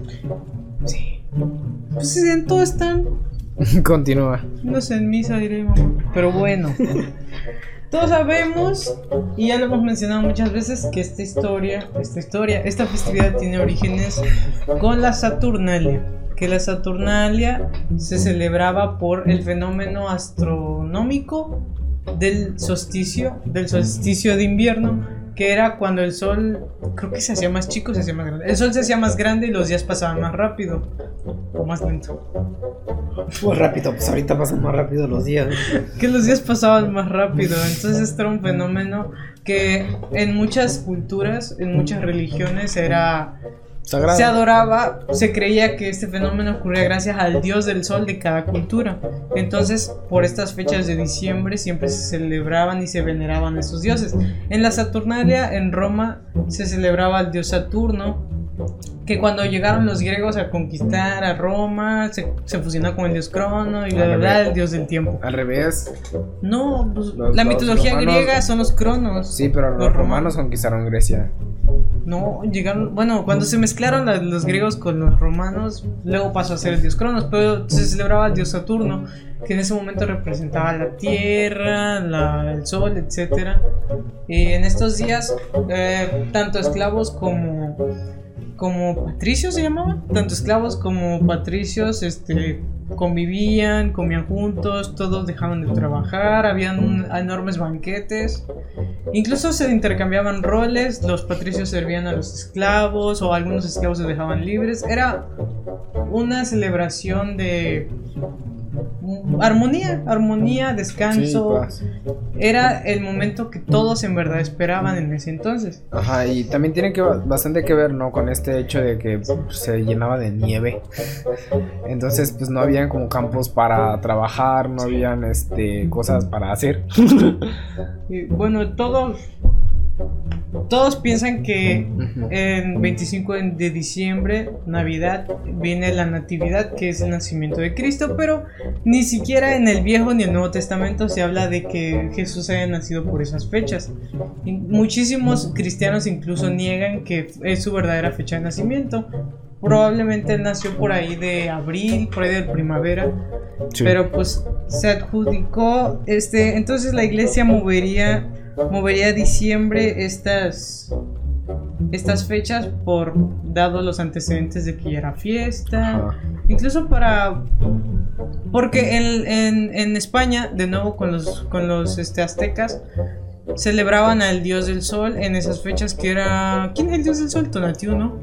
Sí. Pues en todo están. Continúa. No sé, en misa diré, mamá. Pero bueno. Todos sabemos, y ya lo hemos mencionado muchas veces, que esta historia, esta historia, esta festividad tiene orígenes con la Saturnalia. Que la Saturnalia se celebraba por el fenómeno astronómico del solsticio, del solsticio de invierno, que que era cuando el sol, creo que se hacía más chico, se hacía más grande. El sol se hacía más grande y los días pasaban más rápido o más lento. Pues rápido, pues ahorita pasan más rápido los días. Que los días pasaban más rápido. Entonces este era un fenómeno que en muchas culturas, en muchas religiones era sagrado. Se adoraba, se creía que este fenómeno ocurría gracias al dios del sol de cada cultura. Entonces, por estas fechas de diciembre siempre se celebraban y se veneraban a esos dioses. En la Saturnalia, en Roma, se celebraba al dios Saturno, que cuando llegaron los griegos a conquistar a Roma, se, se fusionó con el dios Crono y la verdad el dios del tiempo. Al revés. No, pues, los, la mitología romanos, griega son los Cronos. Sí, pero los, los romanos, romanos conquistaron Grecia. No, llegaron, bueno, cuando se mezclaron la, los griegos con los romanos, luego pasó a ser el dios Cronos, pero se celebraba el dios Saturno, que en ese momento representaba la tierra, la, el sol, etcétera. Y en estos días, eh, tanto esclavos como como patricios se llamaban, tanto esclavos como patricios, este, convivían, comían juntos, todos dejaban de trabajar, habían enormes banquetes, incluso se intercambiaban roles, los patricios servían a los esclavos o algunos esclavos se dejaban libres. Era una celebración de armonía, armonía, descanso. Sí, era el momento que todos en verdad esperaban en ese entonces. Ajá, y también tiene que bastante que ver, ¿no? Con este hecho de que pues, se llenaba de nieve. Entonces, pues no habían como campos para trabajar, no habían este cosas para hacer. Y, bueno, todos Todos piensan que en veinticinco de diciembre, Navidad, viene la Natividad, que es el nacimiento de Cristo, pero ni siquiera en el Viejo ni el Nuevo Testamento se habla de que Jesús haya nacido por esas fechas. Y muchísimos cristianos incluso niegan que es su verdadera fecha de nacimiento. Probablemente él nació por ahí de abril, por ahí de primavera, sí. Pero pues se adjudicó, este, entonces la iglesia movería... movería a diciembre estas estas fechas por dado los antecedentes de que ya era fiesta. Ajá. Incluso para porque en, en, en España de nuevo con los con los este, aztecas celebraban al dios del sol en esas fechas que era ¿quién es el dios del sol? Tonatiuh, ¿no?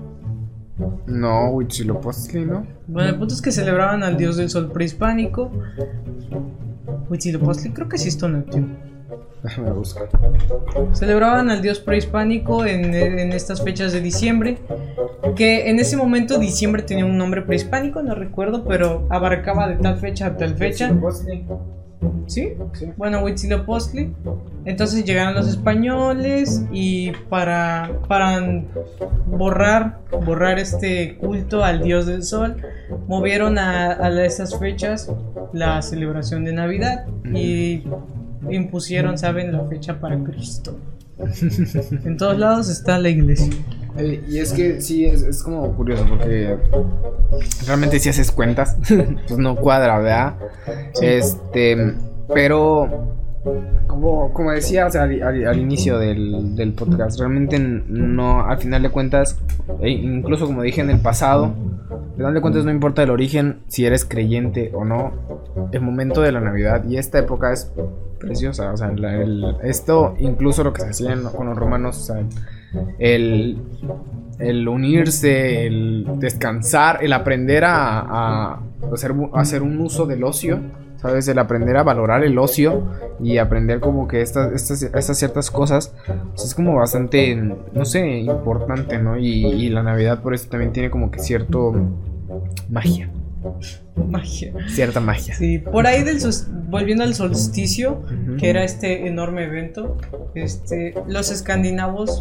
No, Huitzilopochtli, ¿no? Bueno, el punto es que celebraban al dios del sol prehispánico. Huitzilopochtli creo que sí es Tonatiuh. Déjame buscar. Celebraban al dios prehispánico en, en estas fechas de diciembre, que en ese momento diciembre tenía un nombre prehispánico, no recuerdo, pero abarcaba de tal fecha a tal fecha. ¿Sí? Sí. Bueno, Huitzilopochtli. Entonces llegaron los españoles y para, para borrar, borrar este culto al dios del sol, movieron a, a esas fechas la celebración de Navidad y impusieron, ¿saben?, la fecha para Cristo. En todos lados está la iglesia. Eh, y es que sí, es, es como curioso porque realmente si haces cuentas, pues no cuadra, ¿verdad? Sí. Este, pero como, como decía, o sea, al, al, al inicio del, del podcast, realmente no, al final de cuentas, e incluso como dije en el pasado, al final de cuentas no importa el origen, si eres creyente o no, el momento de la Navidad y esta época es preciosa, o sea, el, el, esto incluso lo que se hacía con los romanos, o sea, el, el unirse, el descansar, el aprender a, a, hacer, a hacer un uso del ocio, ¿sabes? El aprender a valorar el ocio y aprender como que estas, estas, estas ciertas cosas, pues es como bastante, no sé, importante, ¿no? Y, y la Navidad por eso también tiene como que cierto magia. Magia. Cierta magia. Sí, por ahí del volviendo al solsticio, uh-huh. que era este enorme evento, este, los escandinavos,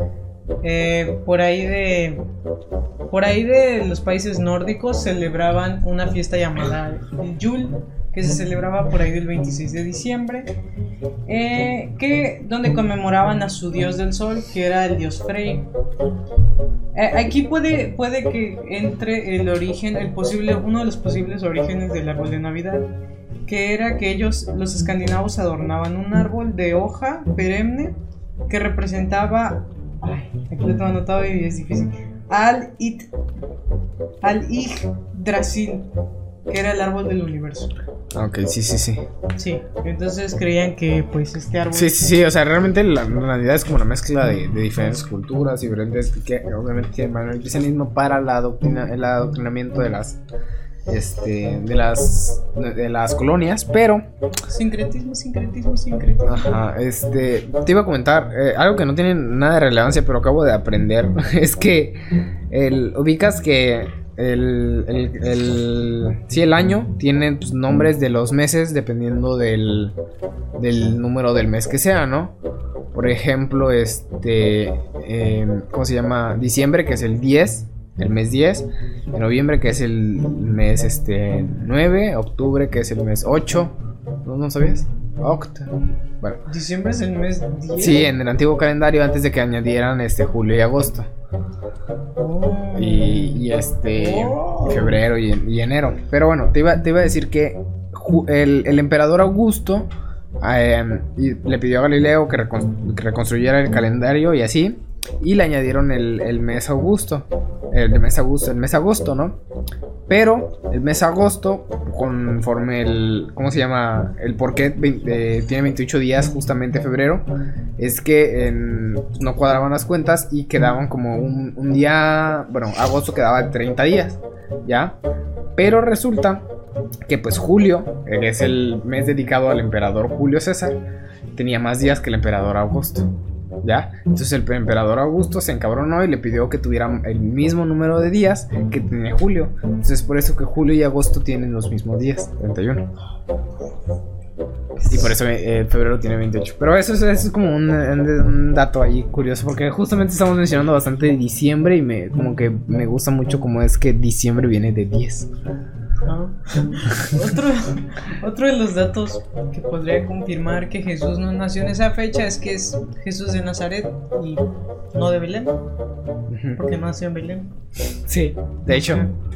eh, por ahí de, por ahí de los países nórdicos celebraban una fiesta llamada el Yule, que se celebraba por ahí del veintiséis de diciembre, eh, que donde conmemoraban a su dios del sol, que era el dios Frey. Eh, aquí puede, puede que entre el origen, el posible, uno de los posibles orígenes del árbol de Navidad, que era que ellos, los escandinavos, adornaban un árbol de hoja perenne que representaba, ay, aquí lo tengo anotado y es difícil, al it, al Yggdrasil, que era el árbol del universo. Ok, sí, sí, sí. Sí, entonces creían que pues este árbol... Sí, sí, sí, o sea, realmente la, la Navidad es como una mezcla de, de diferentes culturas, diferentes, que obviamente tienen el cristianismo para la adoctrina, el adoctrinamiento de las, este, de las, de las colonias, pero... Sincretismo, sincretismo, sincretismo. Ajá, este, te iba a comentar, eh, algo que no tiene nada de relevancia, pero acabo de aprender, es que el, ubicas que... El, el, el, sí, el año tiene pues, nombres de los meses dependiendo del, del número del mes que sea, ¿no? Por ejemplo, este, eh, ¿cómo se llama? Diciembre, que es el diez, el mes diez. Noviembre, que es el mes este, nueve. Octubre, que es el mes ocho. ¿No, no sabías? Oct. Bueno. Diciembre es el mes diez. Sí, en el antiguo calendario antes de que añadieran este julio y agosto. Oh. Y, y este Oh. febrero y, y enero. Pero bueno, te iba, te iba a decir que ju- el, el emperador Augusto eh, y le pidió a Galileo que, recon- que reconstruyera el calendario y así. Y le añadieron el, el mes Augusto. El mes Augusto, el mes agosto, ¿no? Pero el mes agosto, conforme el... ¿Cómo se llama? El por qué eh, tiene veintiocho días justamente febrero. Es que en, no cuadraban las cuentas y quedaban como un, un día... Bueno, agosto quedaba de treinta días, ¿ya? Pero resulta que pues julio, que es el mes dedicado al emperador Julio César, tenía más días que el emperador Augusto. ¿Ya? Entonces el emperador Augusto se encabronó y le pidió que tuvieran el mismo número de días que tenía Julio. Entonces por eso que Julio y agosto tienen los mismos días, treinta y uno. Y por eso eh, febrero tiene veintiocho. Pero eso, eso es como un, un dato ahí curioso, porque justamente estamos mencionando bastante de diciembre y me, como que me gusta mucho como es que diciembre viene de diez. Ah. Otro, otro de los datos que podría confirmar que Jesús no nació en esa fecha es que es Jesús de Nazaret y no de Belén, porque nació en Belén. Sí, de hecho.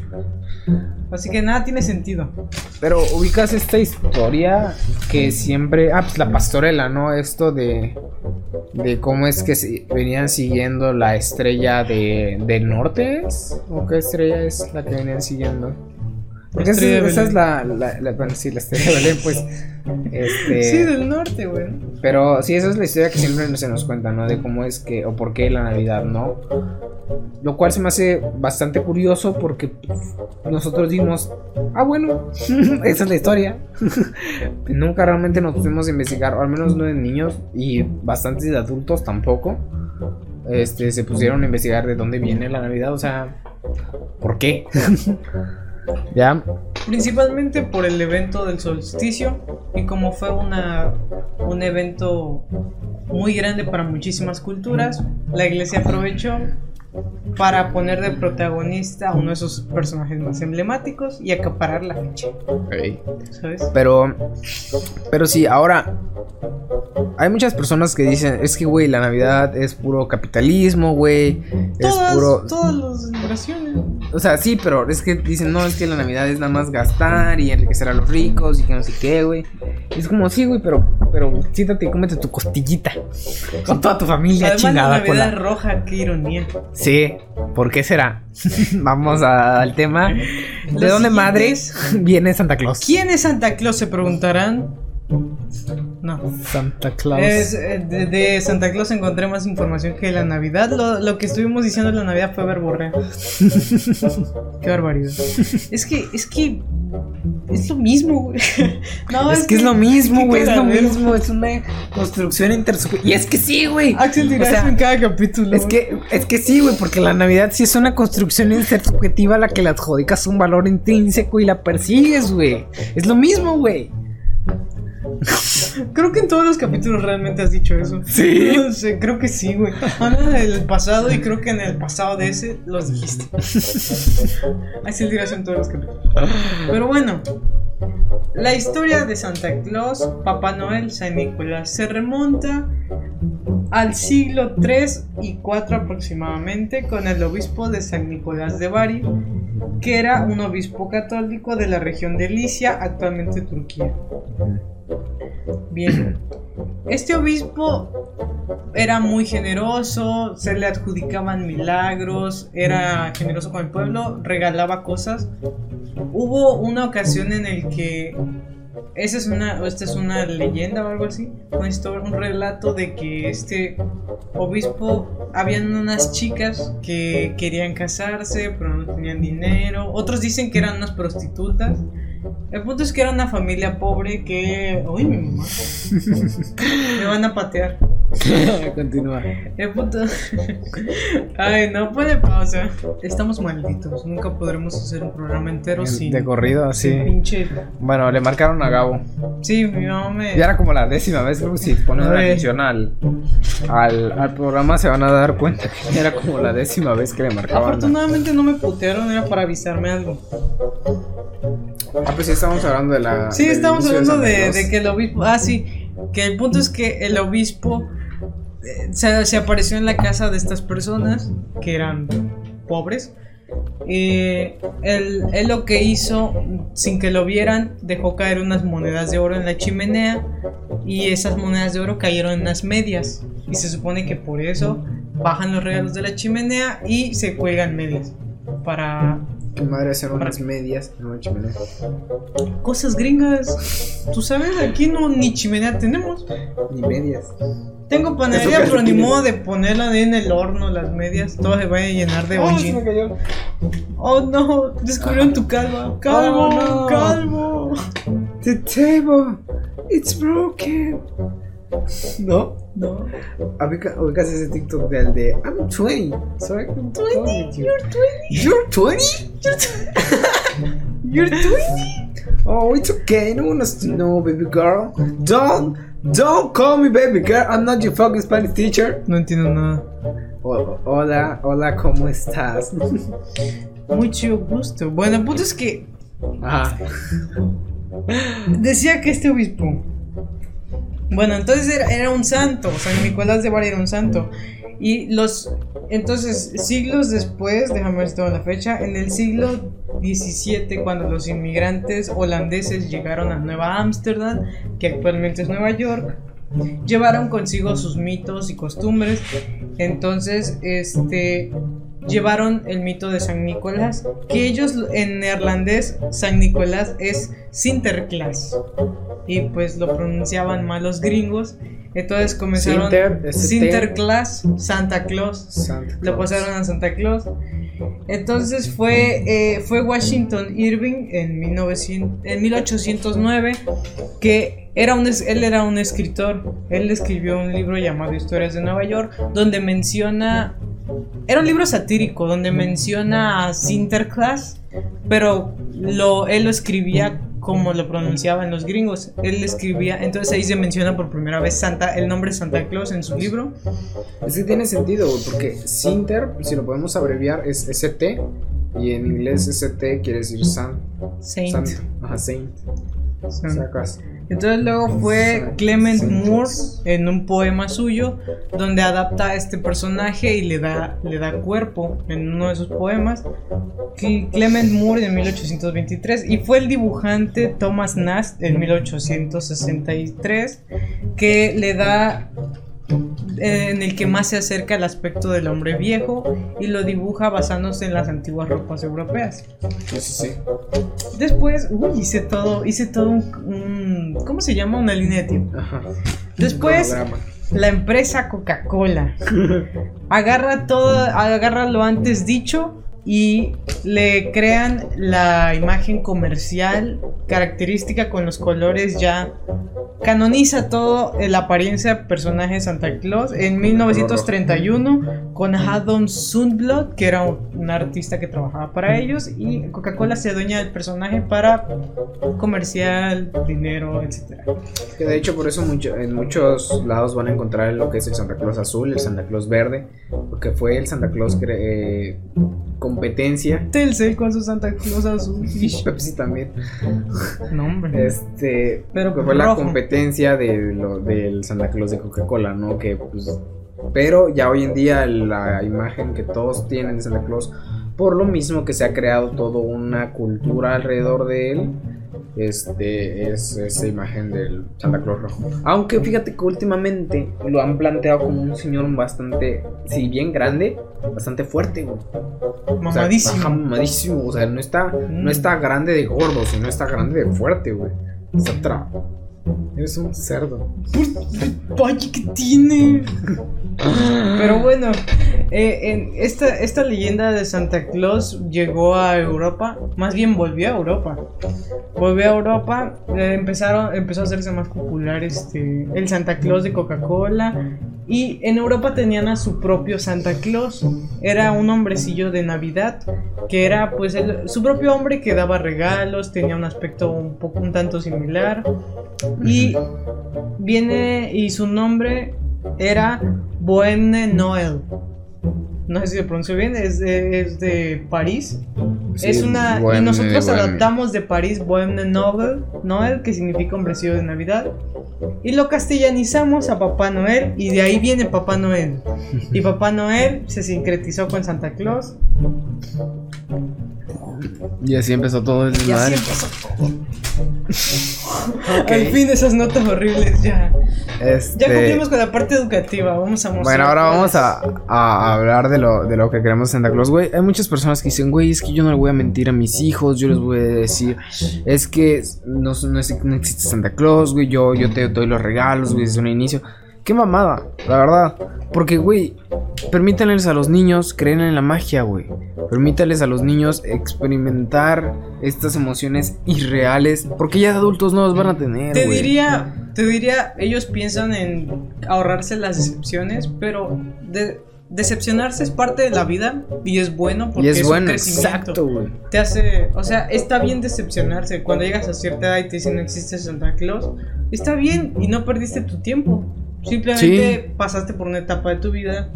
Así que nada tiene sentido. Pero ubicas esta historia que siempre... Ah, pues la pastorela, ¿no? Esto de... De cómo es que si, venían siguiendo la estrella de, del norte, ¿es? ¿O qué estrella es la que venían siguiendo? Porque esa, esa es la, la, la... Bueno, sí, la estrella de Belén, pues... Este... Sí, del norte, güey. Pero sí, esa es la historia que siempre se nos cuenta, ¿no? De cómo es que... O por qué la Navidad, ¿no? Lo cual se me hace bastante curioso porque nosotros dimos... Ah, bueno, esa es la historia. Nunca realmente nos pusimos a investigar, o al menos no de niños y bastantes de adultos tampoco. Este, se pusieron a investigar de dónde viene la Navidad, o sea... ¿Por qué? ¿Ya? Principalmente por el evento del solsticio. Y como fue una, un evento muy grande para muchísimas culturas, la iglesia aprovechó para poner de protagonista a uno de esos personajes más emblemáticos y acaparar la fecha. Okay. ¿Sabes? Pero, pero sí, ahora hay muchas personas que dicen, es que, güey, la Navidad es puro capitalismo, güey. Es Todas, puro... todas las celebraciones. O sea, sí, pero es que dicen, no, es que la Navidad es nada más gastar y enriquecer a los ricos y que no sé qué, güey. Y es como, sí, güey, pero, pero siéntate y cómete tu costillita con toda tu familia. Además, chingada, la Navidad cola. roja, qué ironía. Sí, ¿por qué será? Vamos a- al tema. ¿De Los dónde siguientes- madres viene Santa Claus? ¿Quién es Santa Claus? Se preguntarán. No. Santa Claus. Es, eh, de, de Santa Claus encontré más información que de la Navidad. Lo, lo que estuvimos diciendo de la Navidad fue verborrea. Qué barbaridad. Es que, es que es lo mismo, güey. No, es, que es lo mismo, güey. Es lo cagadero. mismo. Es una construcción intersubjetiva. Y es que sí, güey. Axel dirá O sea, eso en cada capítulo. Es que, es que sí, güey, porque la Navidad sí es una construcción intersubjetiva a la que le adjudicas un valor intrínseco y la persigues, güey. Es lo mismo, güey. Creo que en todos los capítulos realmente has dicho eso. ¿Sí? No sé, creo que sí, güey. Habla del pasado y creo que en el pasado de ese los dijiste. Así dirás en todos los capítulos. Pero bueno, la historia de Santa Claus, Papá Noel, San Nicolás se remonta al siglo tres y cuatro aproximadamente con el obispo de San Nicolás de Bari, que era un obispo católico de la región de Licia, actualmente Turquía. Bien, este obispo era muy generoso, se le adjudicaban milagros, era generoso con el pueblo, regalaba cosas. Hubo una ocasión en el que esa es una, esta es una leyenda o algo así, una historia, un relato de que este obispo, habían unas chicas que querían casarse, pero no tenían dinero. Otros dicen que eran unas prostitutas. El punto es que era una familia pobre que... Uy, mi mamá. Me van a patear. Continúa. El punto... Ay, no, pone pausa. Estamos malditos. Nunca podremos hacer un programa entero sin... De corrido, sí. Sin pinche... Bueno, le marcaron a Gabo. Sí, mi mamá me... Ya era como la décima vez, creo que si ponen una atención al, al, al programa se van a dar cuenta que era como la décima vez que le marcaban. Afortunadamente no me putearon, era para avisarme algo. Ah, pues sí, estamos hablando de la... Sí, estamos hablando de, de que el obispo... Ah, sí, que el punto es que el obispo eh, se, se apareció en la casa de estas personas que eran pobres. Eh, él, él lo que hizo, sin que lo vieran, dejó caer unas monedas de oro en la chimenea y esas monedas de oro cayeron en las medias. Y se supone que por eso bajan los regalos de la chimenea y se cuelgan medias para... Tu madre hacer unas medias en una chimenea. Cosas gringas. Tú sabes, aquí no ni chimenea tenemos. Ni medias. Tengo panadería, pero ni modo de ponerla en el horno, las medias. Todo se va a llenar de hollín. Oh no, descubrieron tu calva. Calvo, oh, no. Calvo. The table, it's broken. No, no. Ubicas ese TikTok del de I'm twenty. So I can twenty, you're twenty. You're twenty? You're twenty? Oh, it's okay. No one wants to know, baby girl. Don't, don't call me baby girl. I'm not your fucking Spanish teacher. No entiendo nada. Oh, hola, hola, ¿cómo estás? Mucho gusto. Bueno, el punto es que... Ajá. Decía que este obispo... Bueno, entonces era, era un santo, San Nicolás de Bari era un santo. Y los... Entonces, siglos después, déjame ver si tengo la fecha, en el siglo diecisiete, cuando los inmigrantes holandeses llegaron a Nueva Ámsterdam, que actualmente es Nueva York, llevaron consigo sus mitos y costumbres. Entonces, este... llevaron el mito de San Nicolás, que ellos en neerlandés San Nicolás es Sinterklaas y pues lo pronunciaban mal los gringos, entonces comenzaron Sinter, Sinterklaas, Santa Claus, Santa lo pasaron a Santa Claus. Entonces fue eh, fue Washington Irving en, mil novecientos, en mil ochocientos nueve que era un, él era un escritor. Él escribió un libro llamado Historias de Nueva York, donde menciona... Era un libro satírico donde menciona a Sinterklaas, pero lo, él lo escribía como lo pronunciaban los gringos. Él escribía, entonces ahí se menciona por primera vez Santa, el nombre Santa Claus en su libro. Es que tiene sentido, porque Sinter, si lo podemos abreviar, es S T, y en inglés S T quiere decir San, Saint. Santo. Ajá, Saint. Sacas. Entonces luego fue Clement Moore en un poema suyo donde adapta a este personaje y le da, le da cuerpo en uno de sus poemas. Clement Moore en mil ochocientos veintitrés y fue el dibujante Thomas Nast en mil ochocientos sesenta y tres que le da... en el que más se acerca al aspecto del hombre viejo y lo dibuja basándose en las antiguas ropas europeas. Sí, sí, sí. Después, uy, hice todo, hice todo un, un ¿cómo se llama? Una línea de tiempo. Ajá. Después, la empresa Coca-Cola agarra todo, agarra lo antes dicho y le crean la imagen comercial característica con los colores ya. Canoniza todo la apariencia del personaje de Santa Claus en mil novecientos treinta y uno con Haddon Sundblad, que era un artista que trabajaba para ellos, y Coca-Cola se adueña del personaje para comercial, dinero, etcétera. Que de hecho por eso mucho, en muchos lados van a encontrar lo que es el Santa Claus azul, el Santa Claus verde, porque fue el Santa Claus que eh, competencia. Telcel con su Santa Claus azul. Pepsi también. No, hombre. Este, pero que fue rojo. La competencia de lo, del Santa Claus de Coca-Cola, ¿no? Que pues, pero ya hoy en día la imagen que todos tienen de Santa Claus, por lo mismo que se ha creado toda una cultura alrededor de él, este es esa imagen del Santa Claus rojo. Aunque fíjate que últimamente lo han planteado como un señor bastante, si bien grande, bastante fuerte, güey. Mamadísimo. O sea, mamadísimo, o sea, no está, no está grande de gordo, sino está grande de fuerte, güey. Satra, eres un cerdo. Vaya que tiene. Pero bueno, eh, en esta, esta leyenda de Santa Claus llegó a Europa, más bien volvió a Europa. Volvió a Europa, eh, empezaron, empezó a hacerse más popular este, el Santa Claus de Coca-Cola. Y en Europa tenían a su propio Santa Claus. Era un hombrecillo de Navidad, que era pues el, su propio hombre que daba regalos, tenía un aspecto un poco un tanto similar. Y viene y su nombre era Bohème Noël. No sé si lo pronuncio bien, es de, es de París. Sí, es una Bohème, y nosotros Bohème. Adaptamos de París Bohème Noël, Noël, que significa hombrecillo de Navidad. Y lo castellanizamos a Papá Noel, y de ahí viene Papá Noel. Y Papá Noel se sincretizó con Santa Claus. Y así empezó todo el Y así empezó todo. Okay. Al fin esas notas horribles ya. Este... Ya cumplimos con la parte educativa. Vamos a mostrar. Bueno, ahora vamos a, a hablar de lo, de lo que queremos Santa Claus. Güey, hay muchas personas que dicen, güey, es que yo no le voy a mentir a mis hijos. Yo les voy a decir, es que no, no, es, no existe Santa Claus, güey. Yo, yo te doy los regalos, güey, desde un inicio. Qué mamada, la verdad. Porque, güey, permítanles a los niños creer en la magia, güey. Permítanles a los niños experimentar estas emociones irreales. Porque ya de adultos no los van a tener, Te güey. diría, te diría, ellos piensan en ahorrarse las decepciones, pero de, decepcionarse es parte de la vida y es bueno porque y es, es bueno, un crecimiento. Exacto, güey. Te hace, o sea, está bien decepcionarse. Cuando llegas a cierta edad y te dicen no existe Santa Claus, está bien y no perdiste tu tiempo. Simplemente sí. Pasaste por una etapa de tu vida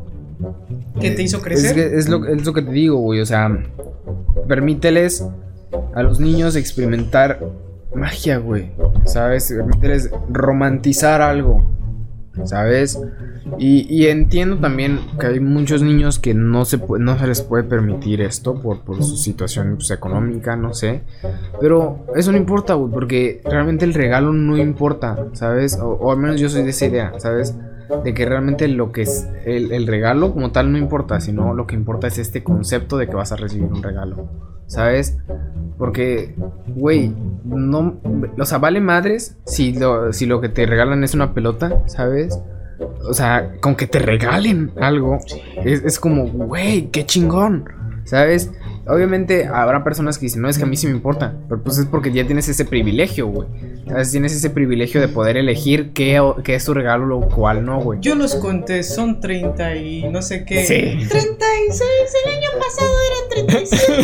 que te hizo crecer. Es, que es, lo, es lo que te digo, güey. O sea, permíteles a los niños experimentar magia, güey. ¿Sabes? Permíteles romantizar algo, ¿sabes? Y, y entiendo también que hay muchos niños que no se, no se les puede permitir esto por, por su situación pues, económica, no sé. Pero eso no importa, güey, porque realmente el regalo no importa, ¿sabes? O, o al menos yo soy de esa idea, ¿sabes? De que realmente lo que es el, el regalo como tal no importa, sino lo que importa es este concepto de que vas a recibir un regalo, ¿sabes? Porque, güey, no, o sea, vale madres si lo, si lo que te regalan es una pelota, ¿sabes? O sea, con que te regalen algo es, es como, güey, qué chingón, ¿sabes? Obviamente habrá personas que dicen, no, es que a mí sí me importa. Pero pues es porque ya tienes ese privilegio, güey. ¿Sabes? Tienes ese privilegio de poder elegir qué, qué es tu regalo, lo cual no, güey. Yo los conté, son treinta y no sé qué. Sí. treinta y seis, el año pasado eran treinta y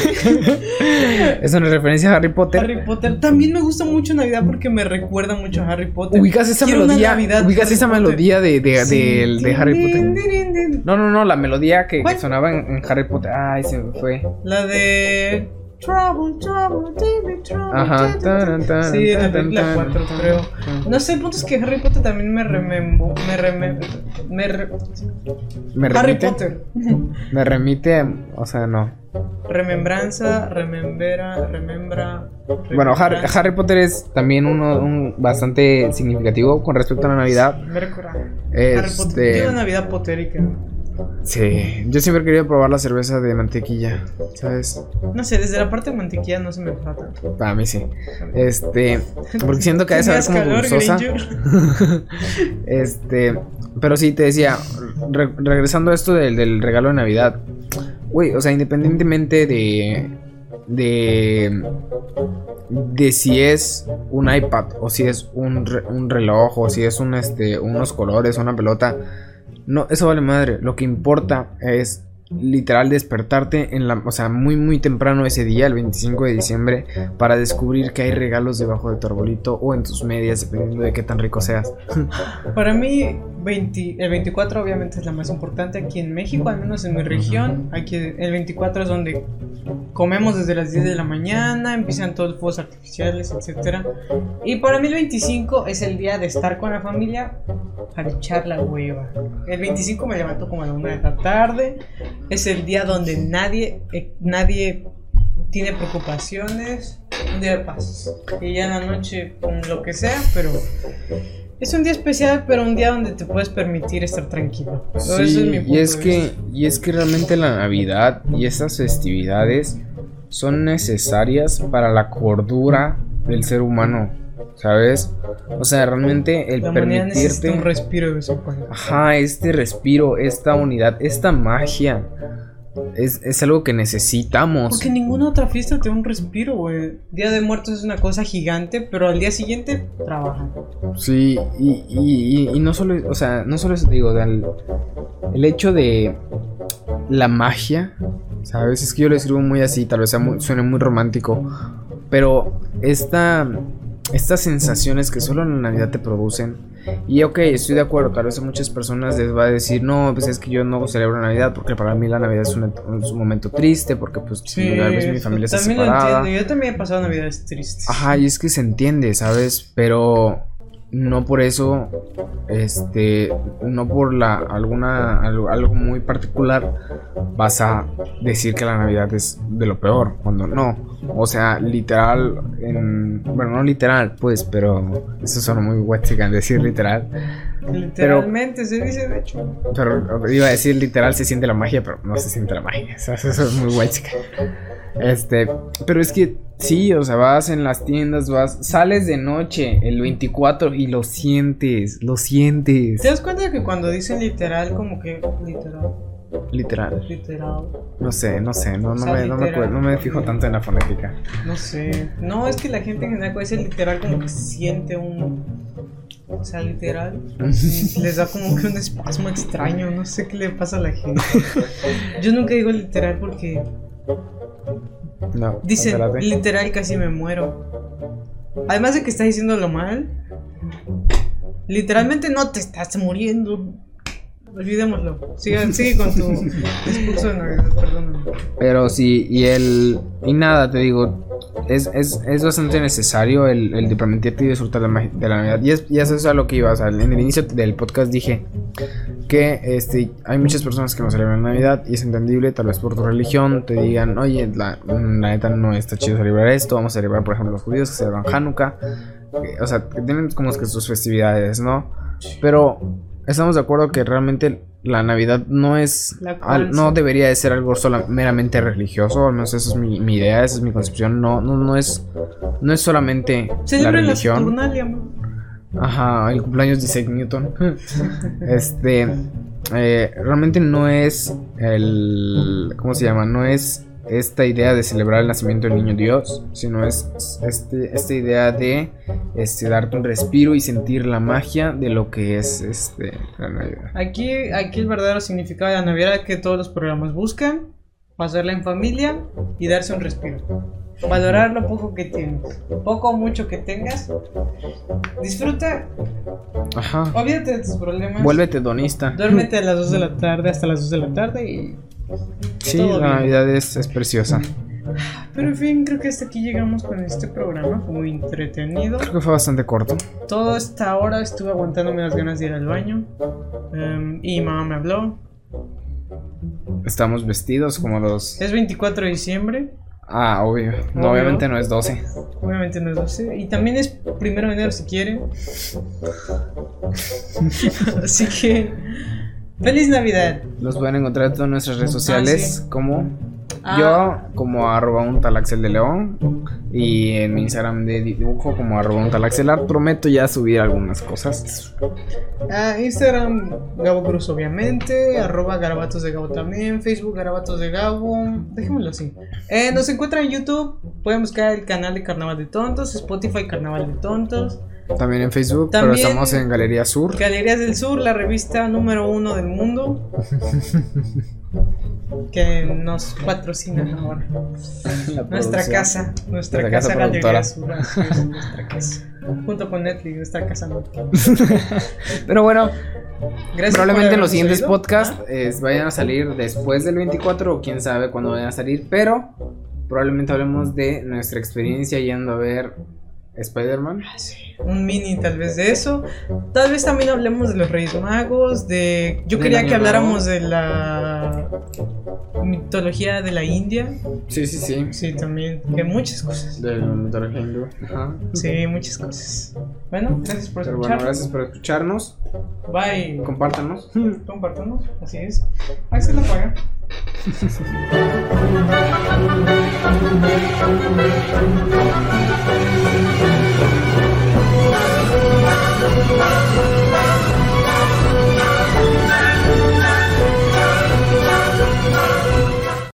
siete. Es una referencia a Harry Potter. Harry Potter. También me gusta mucho Navidad porque me recuerda mucho a Harry Potter. Ubicas esa Quiero melodía. Ubicas esa Potter. melodía de, de, sí. de, de Harry Potter. No, no, no, la melodía que, que sonaba en, en Harry Potter. Ay, se me fue. La de Trouble, Trouble, David, Trouble. Ajá. Taran, taran, sí, en la película cuatro, creo. No sé, el punto es que Harry Potter también me remembo. Me remembo. Me, re... ¿Me remite? Harry Potter. Me remite, o sea, no. Remembranza, remembera, remembra. Bueno, Harry, Harry Potter es también uno un bastante significativo con respecto a la Navidad. Sí, me recuerda. Este... Harry Potter tiene una Navidad potérica. Sí, yo siempre he querido probar la cerveza de mantequilla, ¿sabes? No sé, desde la parte de mantequilla no se me trata. Para mí sí. Este, porque siento que ha de saber como calor, dulzosa. Este, pero sí, te decía, re regresando a esto del, del regalo de Navidad. Güey, o sea, independientemente de de de si es un iPad o si es un, re un reloj o si es un este unos colores, una pelota. No, eso vale madre. Lo que importa es literal despertarte en la, o sea, muy muy temprano ese día, el veinticinco de diciembre, para descubrir que hay regalos debajo de tu arbolito o en tus medias, dependiendo de qué tan rico seas. Para mí veinte, el veinticuatro obviamente es la más importante aquí en México, al menos en mi región. Aquí el veinticuatro es donde comemos desde las diez de la mañana, empiezan todos los fuegos artificiales, etcétera. Y para mí el veinticinco es el día de estar con la familia para echar la hueva. El veinticinco me levanto como a la una de la tarde. Es el día donde nadie, eh, nadie tiene preocupaciones. Un día de paz. Y ya en la noche, lo que sea, pero es un día especial, pero un día donde te puedes permitir estar tranquilo. Sí, eso es mi punto y es que y es que realmente la Navidad y estas festividades son necesarias para la cordura del ser humano, ¿sabes? O sea, realmente el La humanidad permitirte necesita un respiro de vez en cuando. Ajá, este respiro, esta unidad, esta magia es, es algo que necesitamos. Porque ninguna otra fiesta te da un respiro, güey. Día de Muertos es una cosa gigante, pero al día siguiente trabajan. Sí, y, y, y, y no solo, o sea, no solo eso, digo, el, el hecho de la magia, ¿sabes? Es que yo lo escribo muy así, tal vez sea muy, suene muy romántico, pero esta, estas sensaciones que solo en la Navidad te producen. Y ok, estoy de acuerdo, tal vez a muchas personas les va a decir, no, pues es que yo no celebro Navidad porque para mí la Navidad es un, es un momento triste, porque pues Sí, tal vez mi familia está también separada. lo entiendo. Yo también he pasado Navidades tristes. Ajá, y es que se entiende, ¿sabes? Pero no por eso, este, no por la alguna algo, algo muy particular vas a decir que la Navidad es de lo peor, cuando no. O sea, literal, en, bueno, no literal, pues, pero eso suena muy huechican decir literal. Literalmente pero, se dice, de hecho. Pero iba a decir literal se siente la magia, pero no se siente la magia. O sea, eso es muy huechican. Este, pero es que sí, o sea, vas en las tiendas, vas, sales de noche el veinticuatro y lo sientes, lo sientes. ¿Te das cuenta que cuando dicen literal, como que literal? Literal. Literal. No sé, no sé, no, no, o sea, me, no, me, no me fijo tanto en la fonética. No sé. No, es que la gente en general cuando dice literal como que siente un... O sea, literal. Les da como que un espasmo extraño. No sé qué le pasa a la gente. Yo nunca digo literal porque... No, dicen espérate. Literal casi me muero. Además de que estás diciéndolo mal, literalmente no te estás muriendo. Olvidémoslo. Sigue, sigue con tu discurso de Navidad, perdóname. Pero sí, y el. Y nada, te digo. Es, es, es bastante necesario el, el de permitirte y disfrutar de la, de la Navidad. Y, es, y eso es a lo que iba. O sea, en el inicio del podcast dije que este, hay muchas personas que no celebran Navidad. Y es entendible, tal vez por tu religión te digan, oye, la, la neta no está chido celebrar esto. Vamos a celebrar, por ejemplo, los judíos que celebran Hanukkah. Que, o sea, que tienen como que sus festividades, ¿no? Pero estamos de acuerdo que realmente la Navidad no es, al, no debería de ser algo solo meramente religioso, al menos esa es mi, mi idea, esa es mi concepción. No, no, no es, no es solamente la religión. La Saturnalia, ¿no? Ajá, el cumpleaños de Isaac Newton. este, eh, realmente no es el, ¿cómo se llama? No es esta idea de celebrar el nacimiento del niño Dios, sino es este, esta idea de este, darte un respiro y sentir la magia de lo que es este, la Navidad. Aquí, aquí el verdadero significado de la Navidad que todos los programas buscan: pasarla en familia y darse un respiro. Valorar lo poco que tienes, poco o mucho que tengas. Disfruta. Ajá. Olvídate de tus problemas. Vuélvete hedonista. Duérmete a las dos de la tarde hasta las dos de la tarde y... Sí, la Navidad es, es preciosa. Pero en fin, creo que hasta aquí llegamos con este programa. Fue muy entretenido. Creo que fue bastante corto. Toda esta hora estuve aguantándome las ganas de ir al baño. um, Y mamá me habló. Estamos vestidos como los... Es veinticuatro de diciembre. Ah, obvio. No, obvio. Obviamente no es doce. Obviamente no es doce. Y también es primero de enero si quieren. Así que... ¡Feliz Navidad! Los pueden encontrar en todas nuestras redes sociales. Ah, ¿sí? Como ah. yo, como arroba un tal Axel de León. Y en mi Instagram de dibujo como arroba un tal Axelar. Prometo ya subir algunas cosas. Ah, Instagram Gabo Cruz obviamente. Arroba Garabatos de Gabo también. Facebook Garabatos de Gabo. Dejémoslo así. eh, Nos encuentran en YouTube. Pueden buscar el canal de Carnaval de Tontos. Spotify Carnaval de Tontos. También en Facebook, También pero estamos en Galerías Sur. Galerías del Sur, la revista número uno del mundo. Que nos patrocinan ahora. Nuestra casa, nuestra, nuestra casa, casa Galerías Sur, es nuestra casa. Junto con Netflix, nuestra casa Netflix. Pero bueno, gracias. Probablemente en los siguientes oído. podcasts eh, vayan a salir después del veinticuatro o quién sabe cuándo vayan a salir, pero probablemente hablemos de nuestra experiencia yendo a ver Spider-Man. Ah, sí. Un mini tal vez de eso. Tal vez también hablemos de los Reyes Magos. De. Yo quería que habláramos de la mitología de la India. Sí, sí, sí. Sí, también. Que muchas cosas. De la mitología hindú. Ajá. Sí, muchas cosas. Bueno, gracias por escucharnos. Bueno, gracias por escucharnos. Bye. Compártanos. Compártanos, así es. Axel la paga.